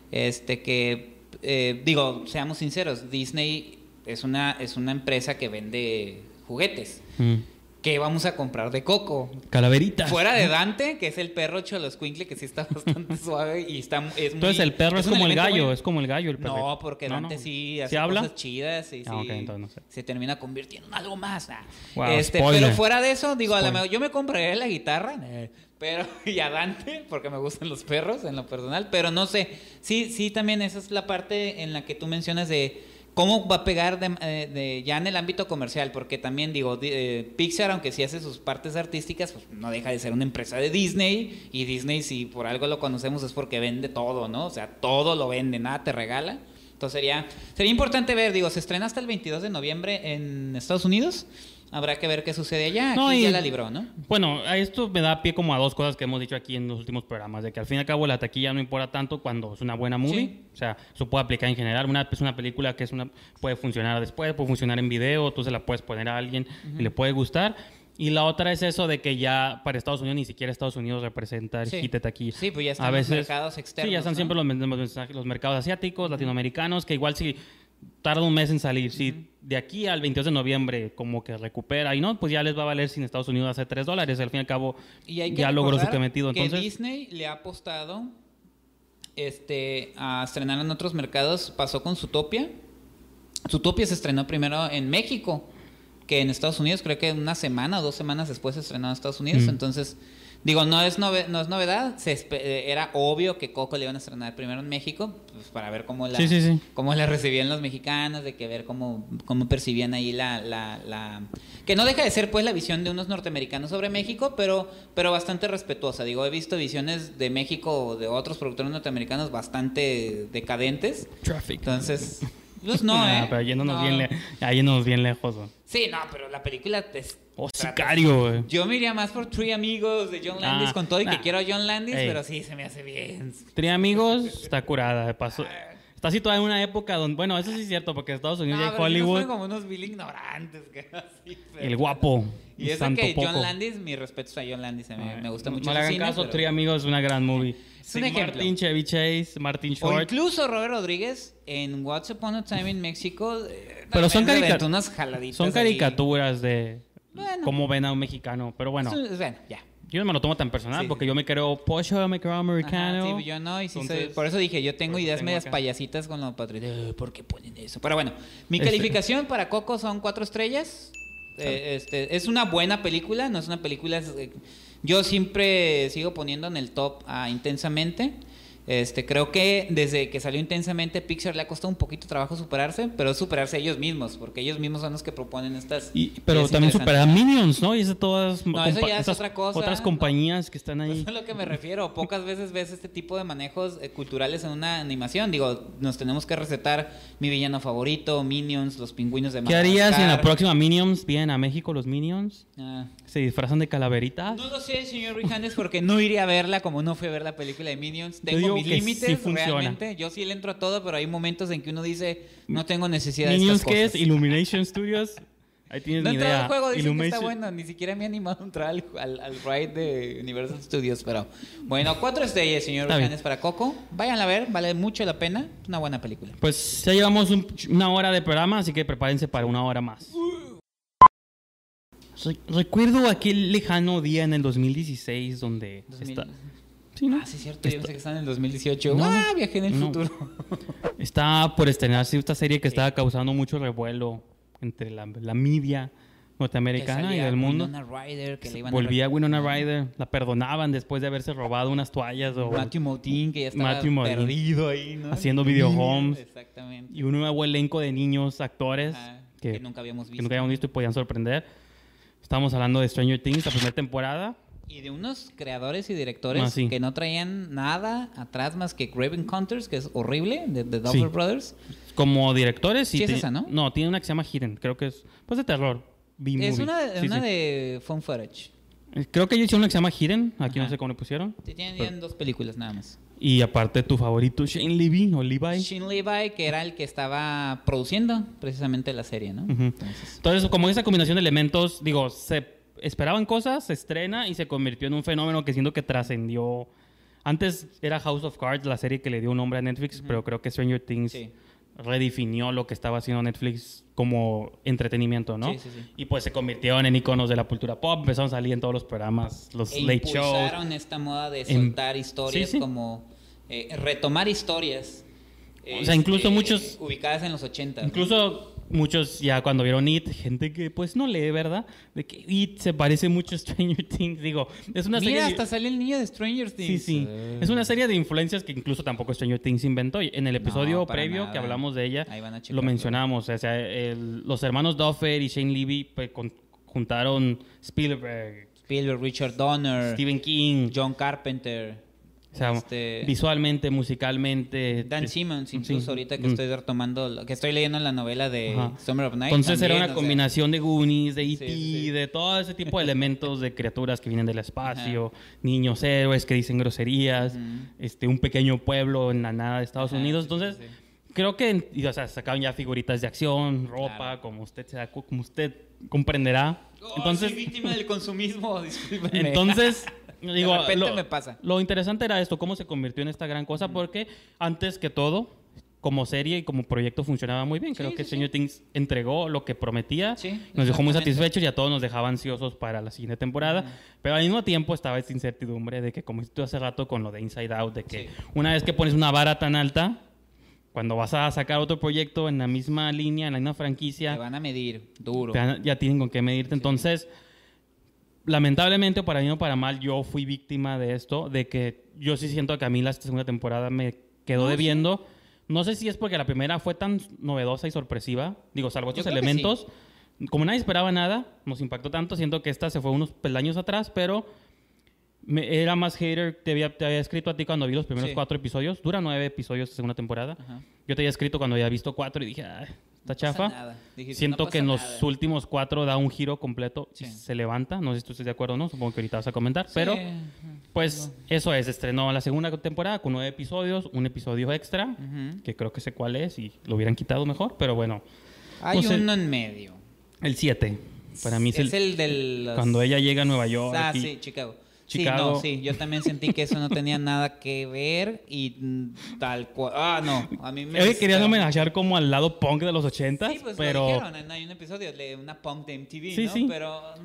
seamos sinceros, Disney es una empresa que vende juguetes. ¿Qué vamos a comprar de Coco? Calaveritas. Fuera de Dante, que es el perro Xoloscuincle, que sí está bastante suave y entonces el perro es como el gallo, es como el gallo el perro. No, porque Dante sí hace cosas chidas y entonces no sé. Se termina convirtiendo en algo más. Wow, pero fuera de eso, digo, a lo mejor yo me compraré la guitarra, pero y a Dante, porque me gustan los perros en lo personal, pero no sé. Sí, también esa es la parte en la que tú mencionas de ¿cómo va a pegar ya en el ámbito comercial? Porque también digo, Pixar, aunque sí hace sus partes artísticas, pues no deja de ser una empresa de Disney. Y Disney, si por algo lo conocemos, es porque vende todo, ¿no? O sea, todo lo vende, nada te regala. Entonces sería importante ver, digo, se estrena hasta el 22 de noviembre en Estados Unidos. Habrá que ver qué sucede allá. No, Aquí y ya la libró, ¿no? Bueno, a esto me da pie como a dos cosas que hemos dicho aquí en los últimos programas, de que al fin y al cabo la taquilla no importa tanto cuando es una buena movie. Sí. O sea, eso puede aplicar en general. Es una película que puede funcionar después, puede funcionar en video, tú se la puedes poner a alguien y le puede gustar. Y la otra es eso de que ya para Estados Unidos, ni siquiera Estados Unidos representa el hit de taquilla. Sí, pues ya están a veces, los mercados externos. Sí, ya están, ¿no?, siempre los mercados asiáticos, latinoamericanos, que igual si tarda un mes en salir. Si de aquí al 22 de noviembre como que recupera y no, pues ya les va a valer si en Estados Unidos hace $3. Al fin y al cabo ya logró su cometido. Que entonces Disney le ha apostado a estrenar en otros mercados. Pasó con Zootopia. Zootopia se estrenó primero en México que en Estados Unidos. Creo que una semana o 2 semanas después se estrenó en Estados Unidos. Entonces, digo, no es novedad. Era obvio que Coco le iban a estrenar primero en México, pues, para ver cómo la recibían los mexicanos, de que ver cómo percibían ahí la que no deja de ser pues la visión de unos norteamericanos sobre México, pero bastante respetuosa. Digo, he visto visiones de México de otros productores norteamericanos bastante decadentes. Traffic. Entonces, pues no, pero yéndonos bien lejos, ¿no? Sí, no, pero la película Sicario, güey. Yo me iría más por Three Amigos de John Landis, con todo y que quiero a John Landis, pero sí, se me hace bien. Three Amigos está curada, de paso. Está situada en una época donde... Bueno, eso sí es cierto, porque Estados Unidos y Hollywood... No, como unos Bill ignorantes, que así. Pero... El guapo. Y eso que John Landis, mi respeto a John Landis, me gusta mucho. No le hagan caso, Three Amigos es una gran movie. Es un ejemplo. Martin, Chevy Chase, Martin Short. O incluso Robert Rodríguez en Once Upon a Time in Mexico. Pero son caricaturas de cómo ven a un mexicano. Pero bueno, ya. Yo no me lo tomo tan personal porque yo me creo pocho, me creo americano. Ajá, sí, yo no, y sí por eso dije, yo tengo ideas medias payasitas con los patriotas. ¿Por qué ponen eso? Pero bueno, mi calificación para Coco son 4 estrellas. Es una buena película, no es una película... yo siempre sigo poniendo en el top a Intensamente. Creo que desde que salió Intensamente, Pixar le ha costado un poquito trabajo superarse, pero es superarse a ellos mismos, porque ellos mismos son los que proponen estas... Pero también superar a Minions, ¿no? Y eso todas... No, eso ya es otra cosa. Otras compañías que están ahí. Eso es a lo que me refiero. Pocas veces ves este tipo de manejos culturales en una animación. Digo, nos tenemos que recetar mi villano favorito, Minions, los pingüinos de Madagascar. ¿Qué harías si en la próxima Minions vienen a México los Minions? Ah. ¿Se disfrazan de calaveritas? No lo sé, señor Rijandes, porque no iría a verla como no fui a ver la película de Minions. Tengo mis límites, sí realmente. Yo sí le entro a todo, pero hay momentos en que uno dice, no tengo necesidad de estas cosas. ¿Minions qué es? Illumination Studios. Ahí tienes no ni idea. El juego dice que está bueno, ni siquiera me he animado a entrar al ride de Universal Studios, pero bueno, 4 estrellas, señor Rijandes, para Coco. Vayan a ver, vale mucho la pena. Es una buena película. Pues ya llevamos una hora de programa, así que prepárense para una hora más. Recuerdo aquel lejano día en el 2016 donde Sí, ¿no? Sí, es cierto. Yo pensé que estaba en el 2018. Viajé en el futuro. Está por estrenarse esta serie que estaba causando mucho revuelo entre la media norteamericana y del mundo. Volvía Winona Ryder. La perdonaban después de haberse robado unas toallas. O Matthew Modine, que ya estaba perdido ahí, ¿no? Haciendo video homes. Exactamente. Y un nuevo elenco de niños actores que nunca habíamos visto. Que nunca habíamos visto y podían sorprender. Estamos hablando de Stranger Things, la primera temporada. Y de unos creadores y directores que no traían nada atrás más que Graven Hunters, que es horrible, de Duffer Brothers. Como directores. Sí, es esa, ¿no? No, tiene una que se llama Hidden, creo que es pues de terror. B-movie. Es una de Phone Footage. Creo que ellos hicieron una que se llama Hidden, aquí no sé cómo le pusieron. Sí, tienen 2 películas nada más. Y aparte tu favorito, Shane Levy o Levi. Shane Levy, que era el que estaba produciendo precisamente la serie, ¿no? Entonces, como esa combinación de elementos, digo, se esperaban cosas, se estrena y se convirtió en un fenómeno que siento que trascendió. Antes era House of Cards, la serie que le dio un nombre a Netflix, pero creo que Stranger Things redefinió lo que estaba haciendo Netflix como entretenimiento, ¿no? Sí. Y pues se convirtieron en iconos de la cultura pop, empezaron a salir en todos los programas, los late shows. Impulsaron esta moda de soltar historias, como retomar historias. O sea, incluso muchos... ubicadas en los 80. Incluso muchos ya cuando vieron It, gente que pues no lee, ¿verdad? De que It se parece mucho a Stranger Things. Digo, es una serie... Mira, hasta sale el niño de Stranger Things. Sí. Es una serie de influencias que incluso tampoco Stranger Things inventó. En el episodio previo que hablamos de ella, lo mencionamos. O sea, los hermanos Duffer y Shane Levy pues, juntaron Spielberg, Richard Donner, Stephen King, John Carpenter. O sea, visualmente, musicalmente. Dan Simmons, incluso ahorita que estoy retomando, que estoy leyendo la novela de Summer of Night. Entonces también, era una combinación de Goonies, de E.T., de todo ese tipo de elementos de criaturas que vienen del espacio, niños héroes que dicen groserías, un pequeño pueblo en la nada de Estados Unidos. Entonces, creo que sacaban ya figuritas de acción, ropa, como usted comprenderá. Entonces, soy víctima del consumismo, discúlpenme. Entonces... Digo, de repente me pasa. Lo interesante era esto, cómo se convirtió en esta gran cosa, porque antes que todo, como serie y como proyecto funcionaba muy bien. Creo que Stranger Things entregó lo que prometía, nos dejó muy satisfechos y a todos nos dejaba ansiosos para la siguiente temporada. Pero al mismo tiempo estaba esta incertidumbre de que, como dijiste hace rato con lo de Inside Out, de que una vez que pones una vara tan alta, cuando vas a sacar otro proyecto en la misma línea, en la misma franquicia, te van a medir duro. Ya tienen con qué medirte. Entonces, lamentablemente, para bien o para mal, yo fui víctima de esto, de que yo sí siento que a mí la segunda temporada me quedó debiendo. No sé si es porque la primera fue tan novedosa y sorpresiva, salvo estos elementos. Como nadie esperaba nada, nos impactó tanto. Siento que esta se fue unos peldaños atrás, pero era más hater. Te había escrito a ti cuando vi los primeros 4 episodios. Dura 9 episodios de segunda temporada. Yo te había escrito cuando había visto 4 y dije, está chafa. Siento que en los últimos 4 da un giro completo y se levanta. No sé si tú estás de acuerdo o no. Supongo que ahorita vas a comentar. Pero, pues, eso es. Estrenó la segunda temporada con 9 episodios. Un episodio extra, que creo que sé cuál es y lo hubieran quitado mejor. Pero bueno. Hay uno en medio. El 7. Para mí es el del... Cuando ella llega a Nueva York. Sí, Chicago. Yo también sentí que eso no tenía nada que ver y tal cual. A mí me... querían homenajear como al lado punk de los 80s, sí, pues pero... lo dijeron, hay un episodio de una punk de MTV, ¿no? Sí.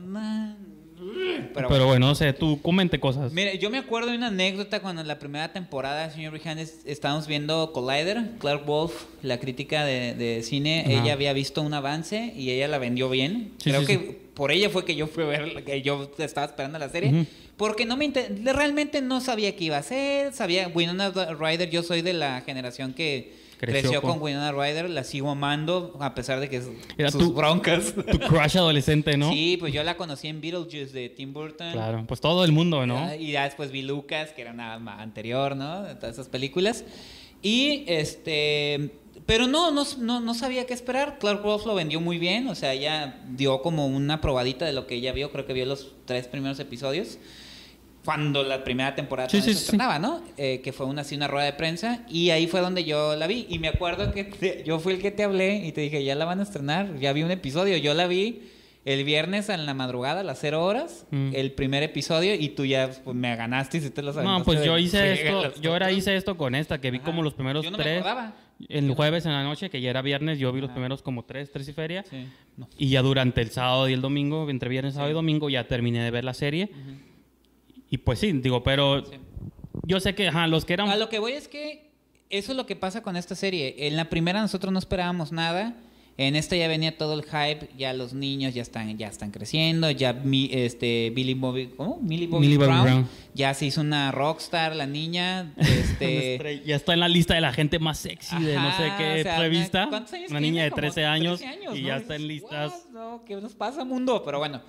Pero bueno, no sé, tú comente cosas. Mira, yo me acuerdo de una anécdota cuando en la primera temporada de Señor Brihan estábamos viendo Collider, Clark Wolf, la crítica de cine. Ella había visto un avance y ella la vendió bien. Creo que por ella fue que yo fui a ver, que yo estaba esperando la serie. Porque realmente no sabía qué iba a hacer. Sabía Winona Ryder, yo soy de la generación que creció con Winona Ryder, la sigo amando a pesar de que era sus broncas. Tu crush adolescente, ¿no? Sí, pues yo la conocí en Beetlejuice de Tim Burton. Claro, pues todo el mundo, ¿no? Y ya después vi Lucas, que era una anterior, ¿no? De todas esas películas. Y pero no sabía qué esperar. Clark Wolf lo vendió muy bien, o sea, ella dio como una probadita de lo que ella vio, creo que vio los 3 primeros episodios. Cuando la primera temporada se estrenaba, ¿no? Que fue una rueda de prensa. Y ahí fue donde yo la vi. Y me acuerdo que yo fui el que te hablé y te dije, ya la van a estrenar. Ya vi un episodio. Yo la vi el viernes en la madrugada, a las 0 horas. El primer episodio. Y tú ya me ganaste y si te lo sabes. No, pues yo hice esto. Hice esto con esta, que vi como los primeros 3. Me acordaba. El jueves en la noche, que ya era viernes, yo vi los primeros como 3 y feria. Y ya durante el sábado y el domingo, entre viernes, sábado y domingo, ya terminé de ver la serie. Y pues sí, pero yo sé que los que eran... A lo que voy es que eso es lo que pasa con esta serie. En la primera nosotros no esperábamos nada. En esta ya venía todo el hype. Ya los niños ya están creciendo. Ya Millie Bobby Brown ya se hizo una rockstar, la niña. Ya está en la lista de la gente más sexy de no sé qué revista. ¿Cuántos años una tiene? niña de 13 años, y ¿no? ya está en listas. No, ¿qué nos pasa, mundo? Pero bueno...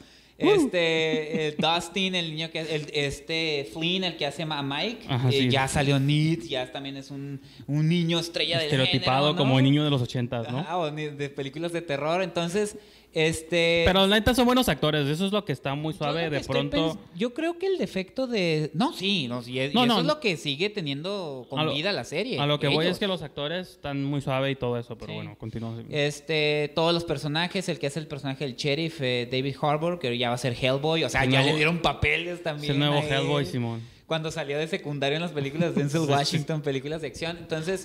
Dustin, el niño que Flynn, el que hace a Mike, ya salió Ned, ya también es un niño estrella del género, estereotipado, ¿no? Como el niño de los 80s, ¿no? O de películas de terror. Entonces, pero la neta son buenos actores, eso es lo que está muy suave de pronto. Yo creo que el defecto de... eso es lo que sigue teniendo con vida la serie. A lo que voy es que los actores están muy suaves y todo eso, pero bueno, continuamos. Todos los personajes, el que hace el personaje del sheriff, David Harbour, que ya va a ser Hellboy, o sea, ya le dieron papeles también. Es el nuevo Hellboy, Simón. Cuando salió de secundario en las películas de Denzel Washington, películas de acción. Entonces,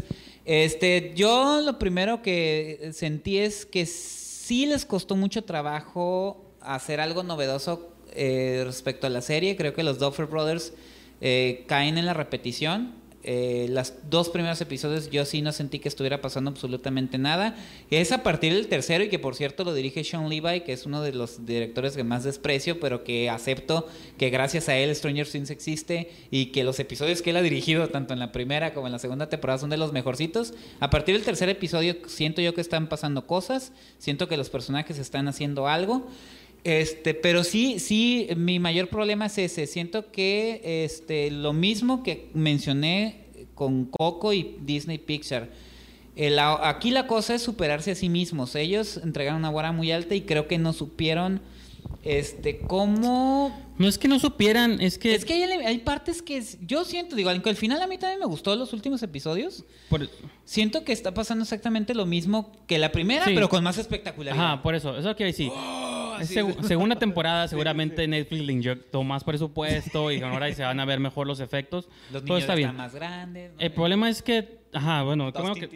yo lo primero que sentí es que sí les costó mucho trabajo hacer algo novedoso respecto a la serie. Creo que los Duffer Brothers caen en la repetición. Los 2 primeros episodios yo sí no sentí que estuviera pasando absolutamente nada. Es a partir del tercero, y que por cierto lo dirige Sean Levy, que es uno de los directores que más desprecio, pero que acepto que gracias a él Stranger Things existe, y que los episodios que él ha dirigido tanto en la primera como en la segunda temporada son de los mejorcitos. A partir del tercer episodio siento yo que están pasando cosas, siento que los personajes están haciendo algo. Pero sí, mi mayor problema es ese. Siento que lo mismo que mencioné con Coco y Disney Pixar. Aquí la cosa es superarse a sí mismos. Ellos entregaron una vara muy alta y creo que no supieron cómo... No es que no supieran, es que... Es que hay partes que yo siento, digo, aunque al final a mí también me gustó los últimos episodios. Siento que está pasando exactamente lo mismo que la primera, sí, pero con más espectacularidad. Ajá, por eso quiero decir. Segunda temporada, seguramente sí. Netflix le inyectó más presupuesto y ahora se van a ver mejor los efectos. Los todo niños está bien. Están más grandes. ¿No? El problema es que... bueno,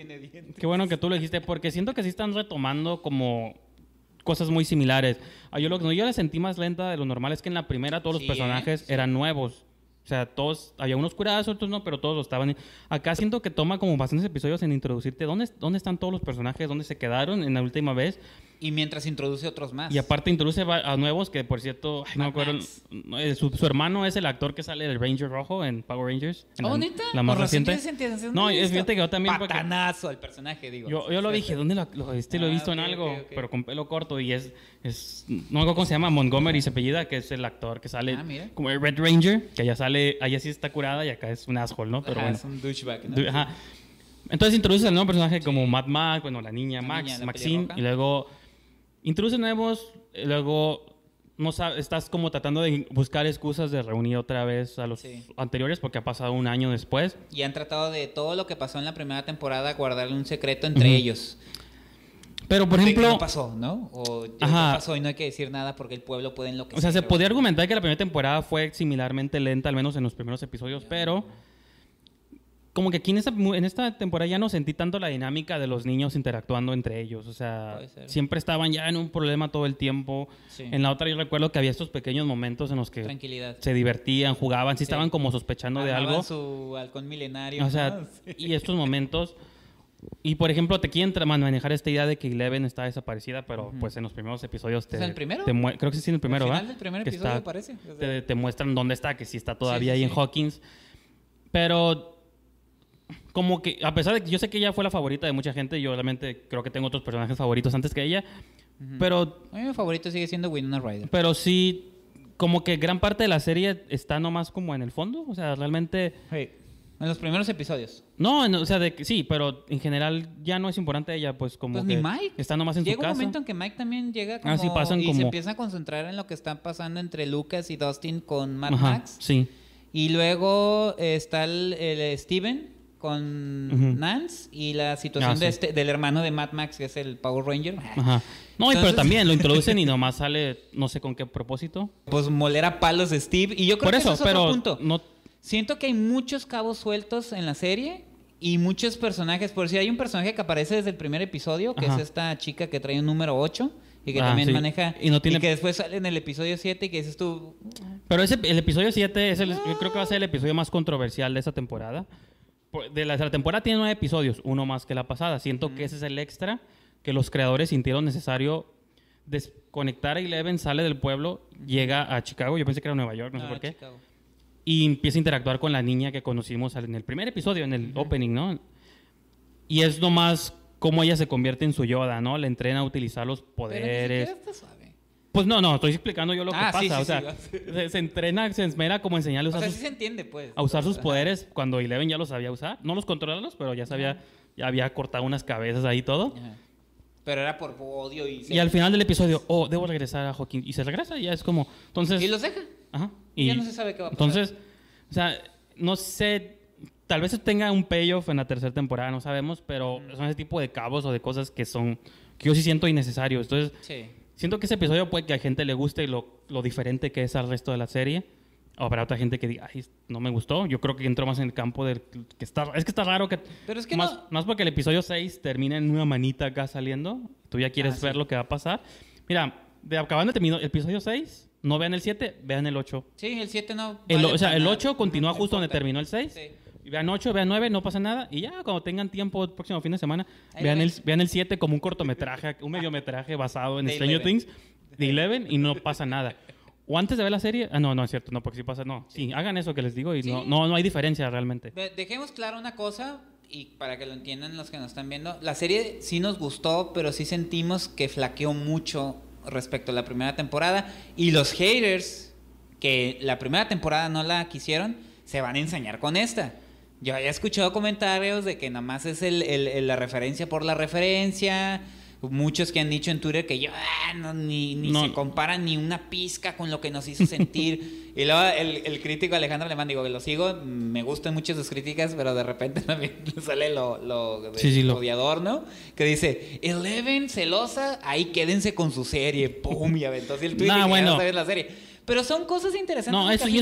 qué bueno que tú lo dijiste, porque siento que sí están retomando como... cosas muy similares. Yo la sentí más lenta de lo normal es que en la primera todos los personajes eran nuevos. O sea, todos, había unos curados, otros no, pero todos lo estaban. Acá siento que toma como bastantes episodios en introducirte dónde están todos los personajes, dónde se quedaron en la última vez. Y mientras introduce otros más. Y aparte introduce a nuevos que, por cierto, no me acuerdo. Su hermano es el actor que sale del Ranger Rojo en Power Rangers. ¿Neta? La más reciente. No, es fíjate que yo también... Patanazo al personaje, digo. Yo lo dije, ¿dónde lo he visto en algo? Okay. Pero con pelo corto y es no algo como se llama, Montgomery se apellida, que es el actor que sale como el Red Ranger, que allá sí está curada y acá es un asshole, ¿no? Pero bueno. Es un douchebag, ¿no? Entonces introduce al nuevo personaje como Mad Max, bueno, la niña Maxine, y luego... Introduce nuevos, luego estás como tratando de buscar excusas de reunir otra vez a los anteriores porque ha pasado un año después. Y han tratado de todo lo que pasó en la primera temporada guardarle un secreto entre ellos. Pero, por ejemplo... no pasó, ¿no? O ya no pasó y no hay que decir nada porque el pueblo puede enloquecer. O sea, se podría argumentar que la primera temporada fue similarmente lenta, al menos en los primeros episodios, pero... Como que aquí en esta temporada ya no sentí tanto la dinámica de los niños interactuando entre ellos. O sea, siempre estaban ya en un problema todo el tiempo. Sí. En la otra yo recuerdo que había estos pequeños momentos en los que se divertían, jugaban, sí estaban como sospechando de algo. Su halcón milenario. O sea, y estos momentos... Y por ejemplo, te quieren manejar esta idea de que Eleven está desaparecida, pero pues en los primeros episodios ¿Es el primero? Creo que sí, en el primero, ¿verdad? Al final del primer episodio aparece. O sea, te muestran dónde está, que sí está todavía ahí en Hawkins. Pero... Como que, a pesar de que yo sé que ella fue la favorita de mucha gente, yo realmente creo que tengo otros personajes favoritos antes que ella, pero... A mí mi favorito sigue siendo Winona Ryder. Pero sí, como que gran parte de la serie está nomás como en el fondo, o sea, realmente... En los primeros episodios. No, o sea, sí, pero en general ya no es importante ella, pues como pues que ni Mike. Está nomás en su casa. Llega un momento en que Mike también llega como... se empieza a concentrar en lo que está pasando entre Lucas y Dustin con Mad Max. Sí. Y luego está el Steven... con Nance y la situación del hermano de Mad Max, que es el Power Ranger. Ajá. No, entonces, pero también lo introducen y nomás sale no sé con qué propósito. Pues moler a palos de Steve. Y yo creo que eso es otro punto. No... Siento que hay muchos cabos sueltos en la serie y muchos personajes. Por si hay un personaje que aparece desde el primer episodio, que es esta chica que trae un número 8 y que también maneja... Y que después sale en el episodio 7 y que dices tú... Pero el episodio 7 yo creo que va a ser el episodio más controversial de esa temporada. La temporada tiene 9 episodios, uno más que la pasada. Siento que ese es el extra que los creadores sintieron necesario desconectar a Eleven, sale del pueblo, llega a Chicago, yo pensé que era Nueva York, no sé por qué, Chicago. Y empieza a interactuar con la niña que conocimos en el primer episodio, en el opening, ¿no? Y es nomás cómo ella se convierte en su Yoda, ¿no? Le entrena a utilizar los poderes. Pero ni está suave. Pues no, estoy explicando yo lo que pasa. Sí, o sea, se entrena, se esmera como enseñarle a usar sí se entiende, pues. A usar sus poderes cuando Eleven ya los sabía usar. No los controlarlos, pero ya sabía, ya había cortado unas cabezas ahí y todo. Pero era por odio y al final del episodio, debo regresar a Hawkins. Y se regresa y ya es como... Entonces, y los deja. Ajá. Y ya no se sabe qué va a pasar. Entonces, o sea, no sé... Tal vez tenga un payoff en la tercera temporada, no sabemos, pero son ese tipo de cabos o de cosas que yo sí siento innecesarios. Entonces... Siento que ese episodio puede que a gente le guste lo diferente que es al resto de la serie. O para otra gente que diga, ay, no me gustó. Yo creo que entró más en el campo del... Es que está raro que... Pero es que más porque el episodio 6 termina en una manita acá saliendo. Tú ya quieres ver lo que va a pasar. Mira, acabando de terminar el episodio 6, no vean el 7, vean el 8. Sí, el 7 no... O sea, el 8 continúa justo donde terminó el 6. Sí. Vean 8, vean 9, no pasa nada. Y ya, cuando tengan tiempo el próximo fin de semana, vean el 7 como un cortometraje, un mediometraje basado en Stranger Things de Eleven y no pasa nada. O antes de ver la serie... no, es cierto, no, porque sí pasa... No, sí, hagan eso que les digo y no hay diferencia realmente. Dejemos claro una cosa, y para que lo entiendan los que nos están viendo. La serie sí nos gustó, pero sí sentimos que flaqueó mucho respecto a la primera temporada. Y los haters que la primera temporada no la quisieron, se van a ensañar con esta. Yo había escuchado comentarios de que nada más es la referencia por la referencia. Muchos que han dicho en Twitter que ni se compara ni una pizca con lo que nos hizo sentir. Y luego el crítico Alejandro Alemán, digo que lo sigo, me gustan mucho sus críticas, pero de repente también sale lo odiador, ¿no? Que dice, Eleven celosa, ahí quédense con su serie, pum, y aventó así el tweet y bueno. No la serie. Pero son cosas interesantes. No, eso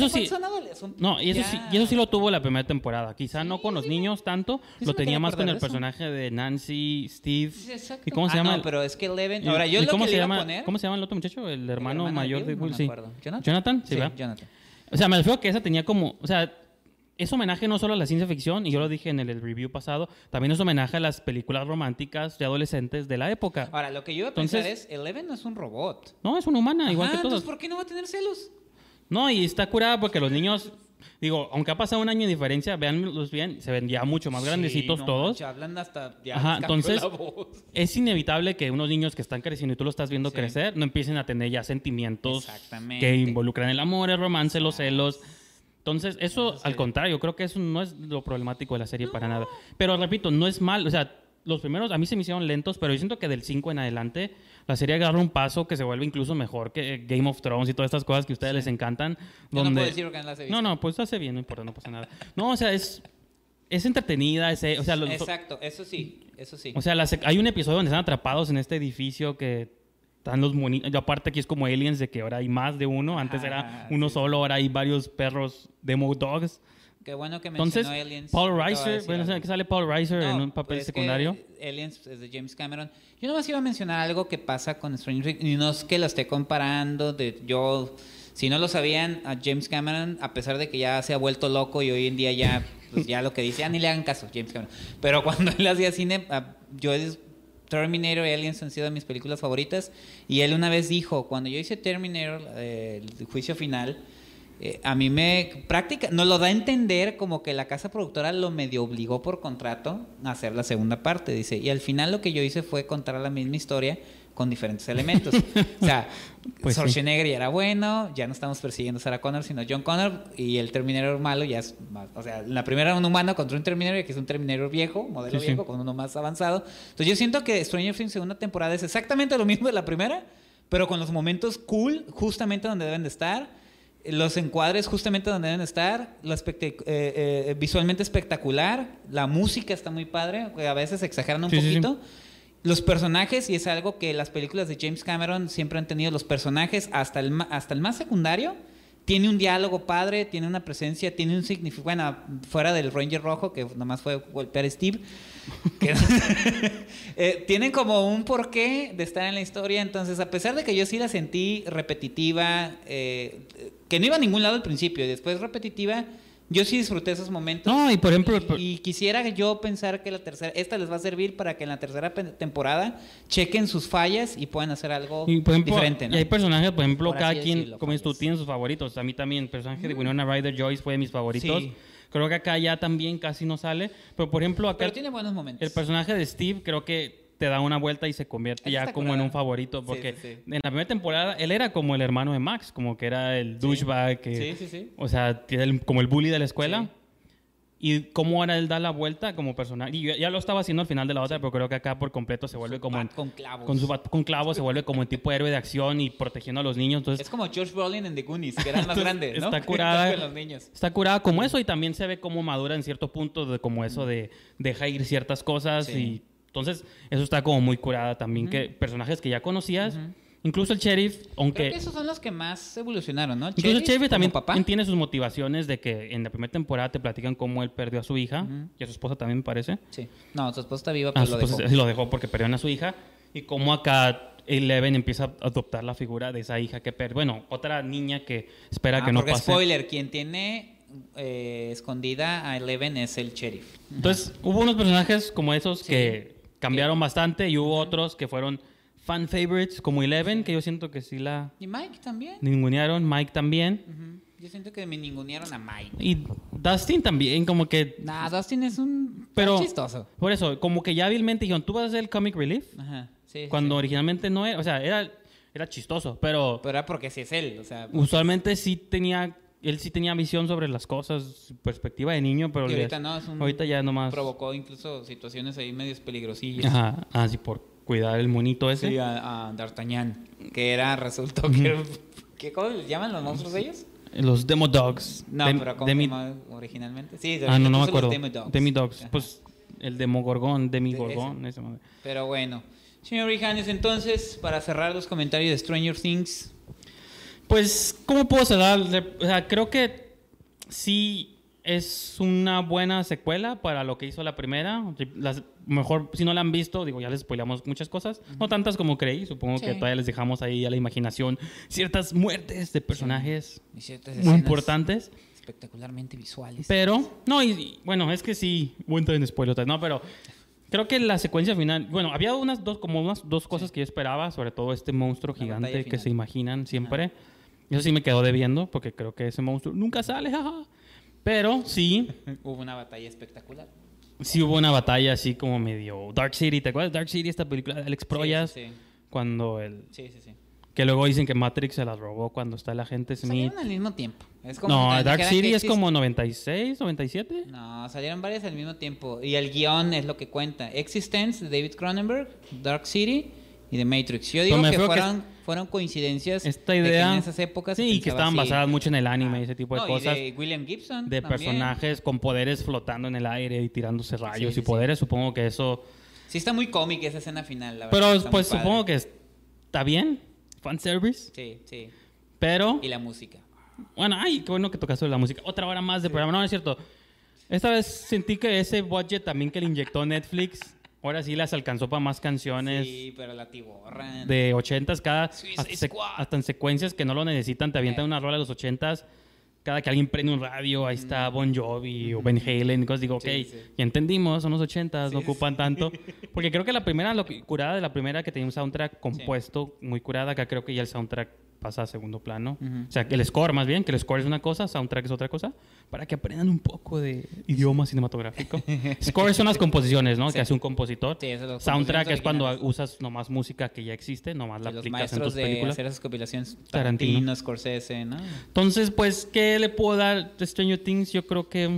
sí lo tuvo la primera temporada. Quizá no con los niños tanto, lo tenía más con el personaje de Nancy, Steve. Sí, exacto. ¿Y cómo se llama? No, pero es que Eleven... Ahora, yo lo que le iba a poner... ¿Cómo se llama el otro muchacho? El hermano mayor de Will. No me acuerdo. ¿Jonathan? Sí, Jonathan. O sea, me refiero que esa tenía como... O sea, es homenaje no solo a la ciencia ficción, y yo lo dije en el review pasado, también es homenaje a las películas románticas de adolescentes de la época. Ahora, lo que yo iba a pensar es, Eleven no es un robot. No, es una humana, igual que todos. Entonces, ¿por qué no va a tener celos? No, y está curada porque los niños, digo, aunque ha pasado un año de diferencia, véanlos bien, se ven ya mucho más grandecitos todos. Hablan hasta ya. Ajá, entonces es inevitable que unos niños que están creciendo y tú los estás viendo crecer, no empiecen a tener ya sentimientos que involucran el amor, el romance, los celos. Entonces, eso al contrario, creo que eso no es lo problemático de la serie para nada. Pero repito, no es mal, o sea, los primeros a mí se me hicieron lentos, pero yo siento que del 5 en adelante la serie agarra un paso que se vuelve incluso mejor que Game of Thrones y todas estas cosas que a ustedes les encantan. Yo no puedo decir porque no las he visto. No, pues hace bien, no importa, no pasa nada. No, o sea, es entretenida, exacto, eso sí. O sea, hay un episodio donde están atrapados en este edificio que están los monitos, aparte aquí es como Aliens, de que ahora hay más de uno, antes era uno solo, ahora hay varios perros demo dogs. Qué bueno que mencionó Entonces, Aliens. Paul Reiser, que sale Paul Reiser en un papel secundario. Aliens es de James Cameron. Yo nomás iba a mencionar algo que pasa con Stranger Things, y no es que lo esté comparando, si no lo sabían, a James Cameron, a pesar de que ya se ha vuelto loco y hoy en día ya, pues ya lo que dice, ni le hagan caso, James Cameron. Pero cuando él hacía cine, Terminator y Aliens han sido de mis películas favoritas, y él una vez dijo, cuando yo hice Terminator, el juicio final, a mí nos lo da a entender como que la casa productora lo medio obligó por contrato a hacer la segunda parte, dice, y al final lo que yo hice fue contar la misma historia con diferentes elementos. O sea, pues Schwarzenegger ya era bueno, ya no estamos persiguiendo a Sarah Connor, sino John Connor, y el Terminator malo ya es más, o sea, la primera era un humano contra un Terminator, y aquí es un Terminator viejo, modelo viejo, con uno más avanzado. Entonces yo siento que Stranger Things segunda temporada es exactamente lo mismo de la primera, pero con los momentos cool, justamente donde deben de estar, los encuadres justamente donde deben estar, visualmente espectacular, la música está muy padre, a veces exageran un poquito. Los personajes, y es algo que las películas de James Cameron siempre han tenido, los personajes, hasta el más secundario, tiene un diálogo padre, tiene una presencia, tiene un significado, bueno, fuera del Ranger Rojo, que nomás fue golpear a Steve, tienen como un porqué de estar en la historia. Entonces, a pesar de que yo sí la sentí repetitiva, que no iba a ningún lado al principio y después repetitiva, yo sí disfruté esos momentos. No, y por ejemplo... Y quisiera yo pensar que esta les va a servir para que en la tercera temporada chequen sus fallas y puedan hacer algo diferente, ¿no? Y hay personajes, por ejemplo, cada quien, como dices tú, tiene sus favoritos. A mí también, el personaje de Winona Ryder Joyce fue de mis favoritos. Sí. Creo que acá ya también casi no sale. Pero, por ejemplo, acá... Pero tiene buenos momentos. El personaje de Steve creo que te da una vuelta y se convierte ya como en un favorito, porque en la primera temporada él era como el hermano de Max, como que era el douchebag, o sea, como el bully de la escuela. Y cómo ahora él da la vuelta como personaje, y ya lo estaba haciendo al final de la otra, pero creo que acá por completo se vuelve como con clavos. Con su bat con clavos se vuelve como el tipo de héroe de acción y protegiendo a los niños. Entonces, es como George Brolin en The Goonies, que eran más grandes, ¿no? Está curada. Está curada como eso, y también se ve cómo madura en cierto punto, de como eso de deja ir ciertas cosas y entonces, eso está como muy curada también, que personajes que ya conocías, incluso el sheriff, aunque... Creo que esos son los que más evolucionaron, ¿no? Incluso el sheriff también tiene sus motivaciones de que en la primera temporada te platican cómo él perdió a su hija, y a su esposa también, me parece. Sí. No, su esposa está viva, pero lo dejó. Sí, lo dejó porque perdieron a su hija, y cómo acá Eleven empieza a adoptar la figura de esa hija que perdió. Bueno, otra niña que espera que no pase. Spoiler, quien tiene... escondida a Eleven es el sheriff. Entonces, hubo unos personajes como esos que cambiaron bastante, y hubo otros que fueron fan favorites, como Eleven, que yo siento que sí la... Y Mike también. Ningunearon, Mike también. Yo siento que me ningunearon a Mike. Y Dustin también, como que... Dustin es un chistoso. Por eso, como que ya hábilmente dijeron, ¿tú vas a hacer el comic relief? Ajá, sí. Cuando originalmente no era, o sea, era... era chistoso, pero era porque sí es él, o sea... Usualmente él sí tenía visión sobre las cosas, perspectiva de niño, pero... Y ahorita no, ahorita ya nomás... Provocó incluso situaciones ahí medias peligrosillas. Ajá, sí, por cuidar el monito ese. Sí, a D'Artagnan, que resultó que... ¿Cómo les llaman los monstruos ellos? Los Demodogs. No, pero ¿cómo se llama originalmente? Sí, no me acuerdo. Los Demodogs. Pues el Demogorgón, ese madre. Pero bueno. Señor Rijanes, entonces, para cerrar los comentarios de Stranger Things. Pues, ¿cómo puedo cerrar? O sea, creo que sí es una buena secuela para lo que hizo la primera. Mejor, si no la han visto, digo, ya les spoilamos muchas cosas. No tantas como creí. Supongo que todavía les dejamos ahí a la imaginación ciertas muertes de personajes muy importantes. Espectacularmente visuales. Pero, no, y bueno, es que sí, voy a entrar en spoilers, no, pero creo que la secuencia final, bueno, había unas dos cosas que yo esperaba, sobre todo este monstruo gigante que se imaginan siempre. Ajá. Eso sí me quedó debiendo, porque creo que ese monstruo nunca sale, jaja. Pero sí. Hubo una batalla espectacular. Sí, hubo una batalla así como medio Dark City. ¿Te acuerdas de Dark City, esta película de Alex Proyas? Sí. Cuando Sí. Que luego dicen que Matrix se las robó cuando está el agente Smith. Salieron al mismo tiempo. No, Dark City es como 96, 97. No, salieron varias al mismo tiempo. Y el guión es lo que cuenta. Existence, de David Cronenberg, Dark City y The Matrix. Yo digo que fueron coincidencias esta idea, en esas épocas. Sí, y que estaban basadas mucho en el anime y ese tipo de cosas. Y de William Gibson de también. Personajes con poderes flotando en el aire y tirándose rayos y poderes. Supongo que eso... Sí, está muy cómica esa escena final, la verdad. Pero pues supongo que está bien. Fanservice. Sí. Pero... Y la música. Bueno, qué bueno que tocaste la música. Otra hora más de programa. No, es cierto. Esta vez sentí que ese budget también que le inyectó Netflix, ahora sí las alcanzó para más canciones. Sí, pero la tiborran. De 80s, hasta en secuencias que no lo necesitan, te avientan una rola de los 80s. Cada que alguien prende un radio, ahí está Bon Jovi o Van Halen. Cosas, digo, ya entendimos, son los 80s, no ocupan tanto. Porque creo que lo curada de la primera que tenía un soundtrack compuesto, muy curada, acá creo que ya el soundtrack pasa a segundo plano. O sea, que el score más bien, que el score es una cosa, soundtrack es otra cosa, para que aprendan un poco de idioma cinematográfico. Score son las composiciones, ¿no? Que hace un compositor. Soundtrack es cuando usas nomás música que ya existe, nomás la aplicas en tus películas. Los maestros de hacer esas compilaciones, Tarantino, Scorsese, ¿no? Entonces, pues, ¿qué le puedo dar de Stranger Things? Yo creo que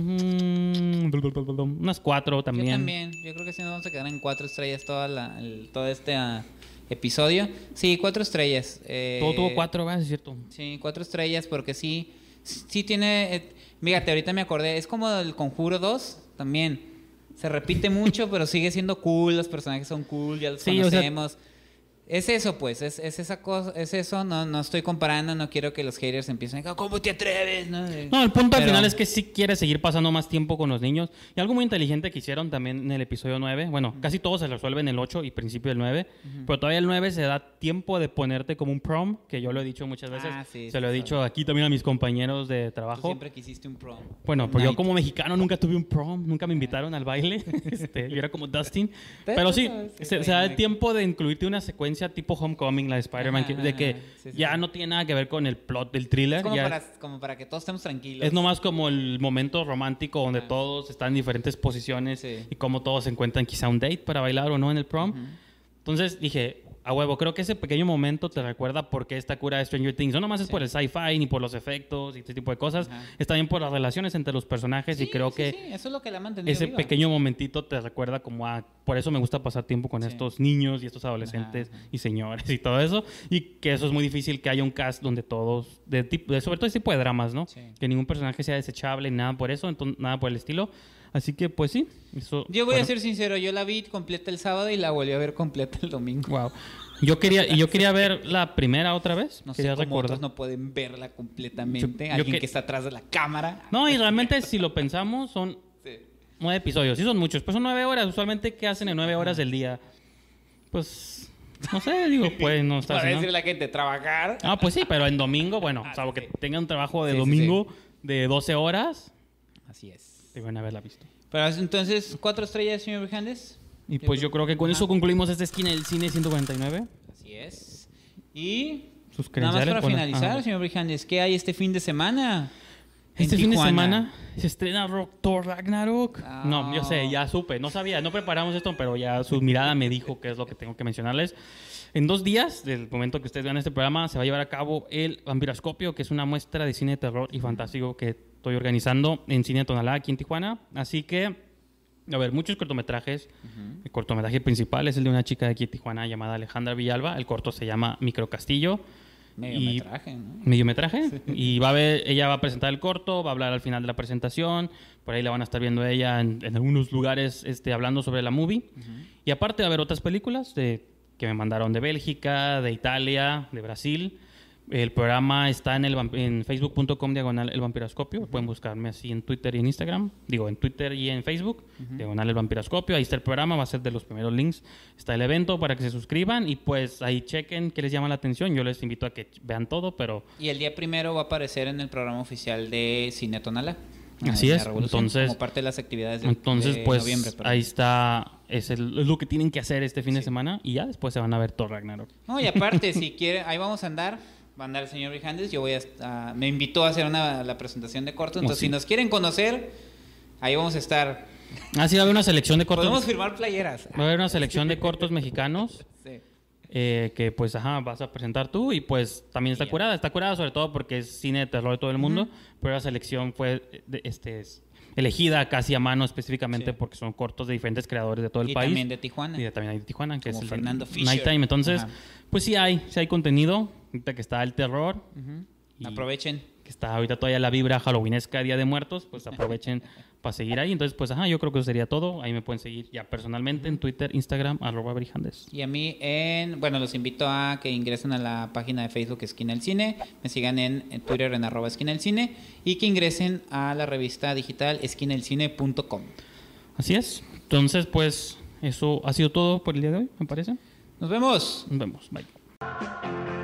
unas 4 también. Yo también. Yo creo que sí nos vamos a quedar en 4 estrellas todo este... episodio. Sí, 4 estrellas. Todo tuvo 4, ¿verdad? Es cierto. Sí, 4 estrellas porque sí tiene... fíjate, ahorita me acordé. Es como el Conjuro 2 también. Se repite mucho, pero sigue siendo cool. Los personajes son cool, ya los conocemos. O sea, es eso, pues. Es esa cosa. Es eso. No estoy comparando. No quiero que los haters empiecen a decir, ¿cómo te atreves? No, el punto al final es que sí quiere seguir pasando más tiempo con los niños. Y algo muy inteligente que hicieron también en el episodio 9. Bueno, casi todo se resuelve en el 8 y principio del 9. Pero todavía el 9 se da tiempo de ponerte como un prom, que yo lo he dicho muchas veces. Se lo he dicho aquí también a mis compañeros de trabajo. Tú siempre quisiste un prom. Bueno, pues yo como mexicano nunca tuve un prom. Nunca me invitaron al baile. Yo era como Dustin. Pero sí, se da el tiempo de incluirte una secuencia tipo Homecoming, la de Spider-Man, de que ya no tiene nada que ver con el plot del thriller. Es como para que todos estemos tranquilos. Es nomás como el momento romántico donde todos están en diferentes posiciones y como todos se encuentran quizá un date para bailar o no en el prom. Entonces dije, a huevo, creo que ese pequeño momento te recuerda por qué esta cura de Stranger Things. No nomás es por el sci-fi ni por los efectos y este tipo de cosas. Es también por las relaciones entre los personajes y creo que eso es lo que la ha mantenido ese viva. Pequeño momentito te recuerda como a... Por eso me gusta pasar tiempo con estos niños y estos adolescentes y señores y todo eso. Y que eso es muy difícil que haya un cast donde todos... sobre todo ese tipo de dramas, ¿no? Que ningún personaje sea desechable, nada por eso, nada por el estilo. Así que, pues sí. Yo voy a ser sincero, yo la vi completa el sábado y la volví a ver completa el domingo. Wow. Yo quería ver la primera otra vez. No sé cómo otros no pueden verla completamente. Alguien que está atrás de la cámara. No, y realmente si lo pensamos son 9 episodios. Sí son muchos, pues son 9 horas. Usualmente, ¿qué hacen en 9 horas del día? Pues... No sé, digo, pues no está... Para decirle a la gente, trabajar. Ah, pues sí, pero en domingo, bueno, salvo que tengan un trabajo de domingo de 12 horas. Así es. Deben haberla visto. Pero entonces, 4 estrellas, señor Brijandes. Y pues yo creo que con eso concluimos esta esquina del cine 149. Así es. Y sus nada más para finalizar, señor Brijandes, ¿qué hay este fin de semana? Este fin de semana se estrena Thor Ragnarok. No, yo sé, ya supe. No sabía, no preparamos esto, pero ya su mirada me dijo qué es lo que tengo que mencionarles. En 2 días, del momento que ustedes vean este programa, se va a llevar a cabo el Vampiroscopio, que es una muestra de cine de terror y fantástico que estoy organizando en Cine Tonalá, aquí en Tijuana. Así que, a ver, muchos cortometrajes. El cortometraje principal es el de una chica de aquí de Tijuana llamada Alejandra Villalba. El corto se llama Microcastillo. Mediometraje, ¿no? Mediometraje. Sí. Y ella va a presentar el corto, va a hablar al final de la presentación. Por ahí la van a estar viendo ella en algunos lugares hablando sobre la movie. Y aparte va a haber otras películas que me mandaron de Bélgica, de Italia, de Brasil. El programa está en facebook.com/El Vampiroscopio. Pueden buscarme así en Twitter y en Instagram. Digo, en Twitter y en Facebook, /El Vampiroscopio. Ahí está el programa, va a ser de los primeros links. Está el evento para que se suscriban y pues ahí chequen qué les llama la atención. Yo les invito a que vean todo, pero... Y el día 1 va a aparecer en el programa oficial de Cine Tonalá. Así es. Entonces, como parte de las actividades de pues, noviembre. Ahí está. Es lo que tienen que hacer este fin de semana y ya después se van a ver Thor Ragnarok. No, y aparte, si quieren, ahí vamos a andar. Va a andar el señor Brijandes. Yo me invitó a hacer la presentación de cortos. Entonces, si nos quieren conocer, ahí vamos a estar. Sí, va a haber una selección de cortos. Podemos firmar playeras. Va a haber una selección de cortos mexicanos. Sí. Que pues, vas a presentar tú y pues también está curada. Está curada sobre todo porque es cine de terror de todo el mundo. Pero la selección fue elegida casi a mano específicamente porque son cortos de diferentes creadores de todo el país. Y también de Tijuana. Y también hay de Tijuana, que como es Fernando Fisher. Nighttime. Entonces, pues sí hay contenido. Ahorita que está el terror. Aprovechen. Que está ahorita todavía la vibra halloweenesca, Día de Muertos, pues aprovechen para seguir ahí. Entonces, pues yo creo que eso sería todo. Ahí me pueden seguir ya personalmente en Twitter, Instagram, @Brijandes. Y a mí los invito a que ingresen a la página de Facebook Esquina del Cine, me sigan en Twitter en @Esquina del Cine y que ingresen a la revista digital esquinadelcine.com. Así es. Entonces, pues eso ha sido todo por el día de hoy, me parece. Nos vemos. Nos vemos. Bye.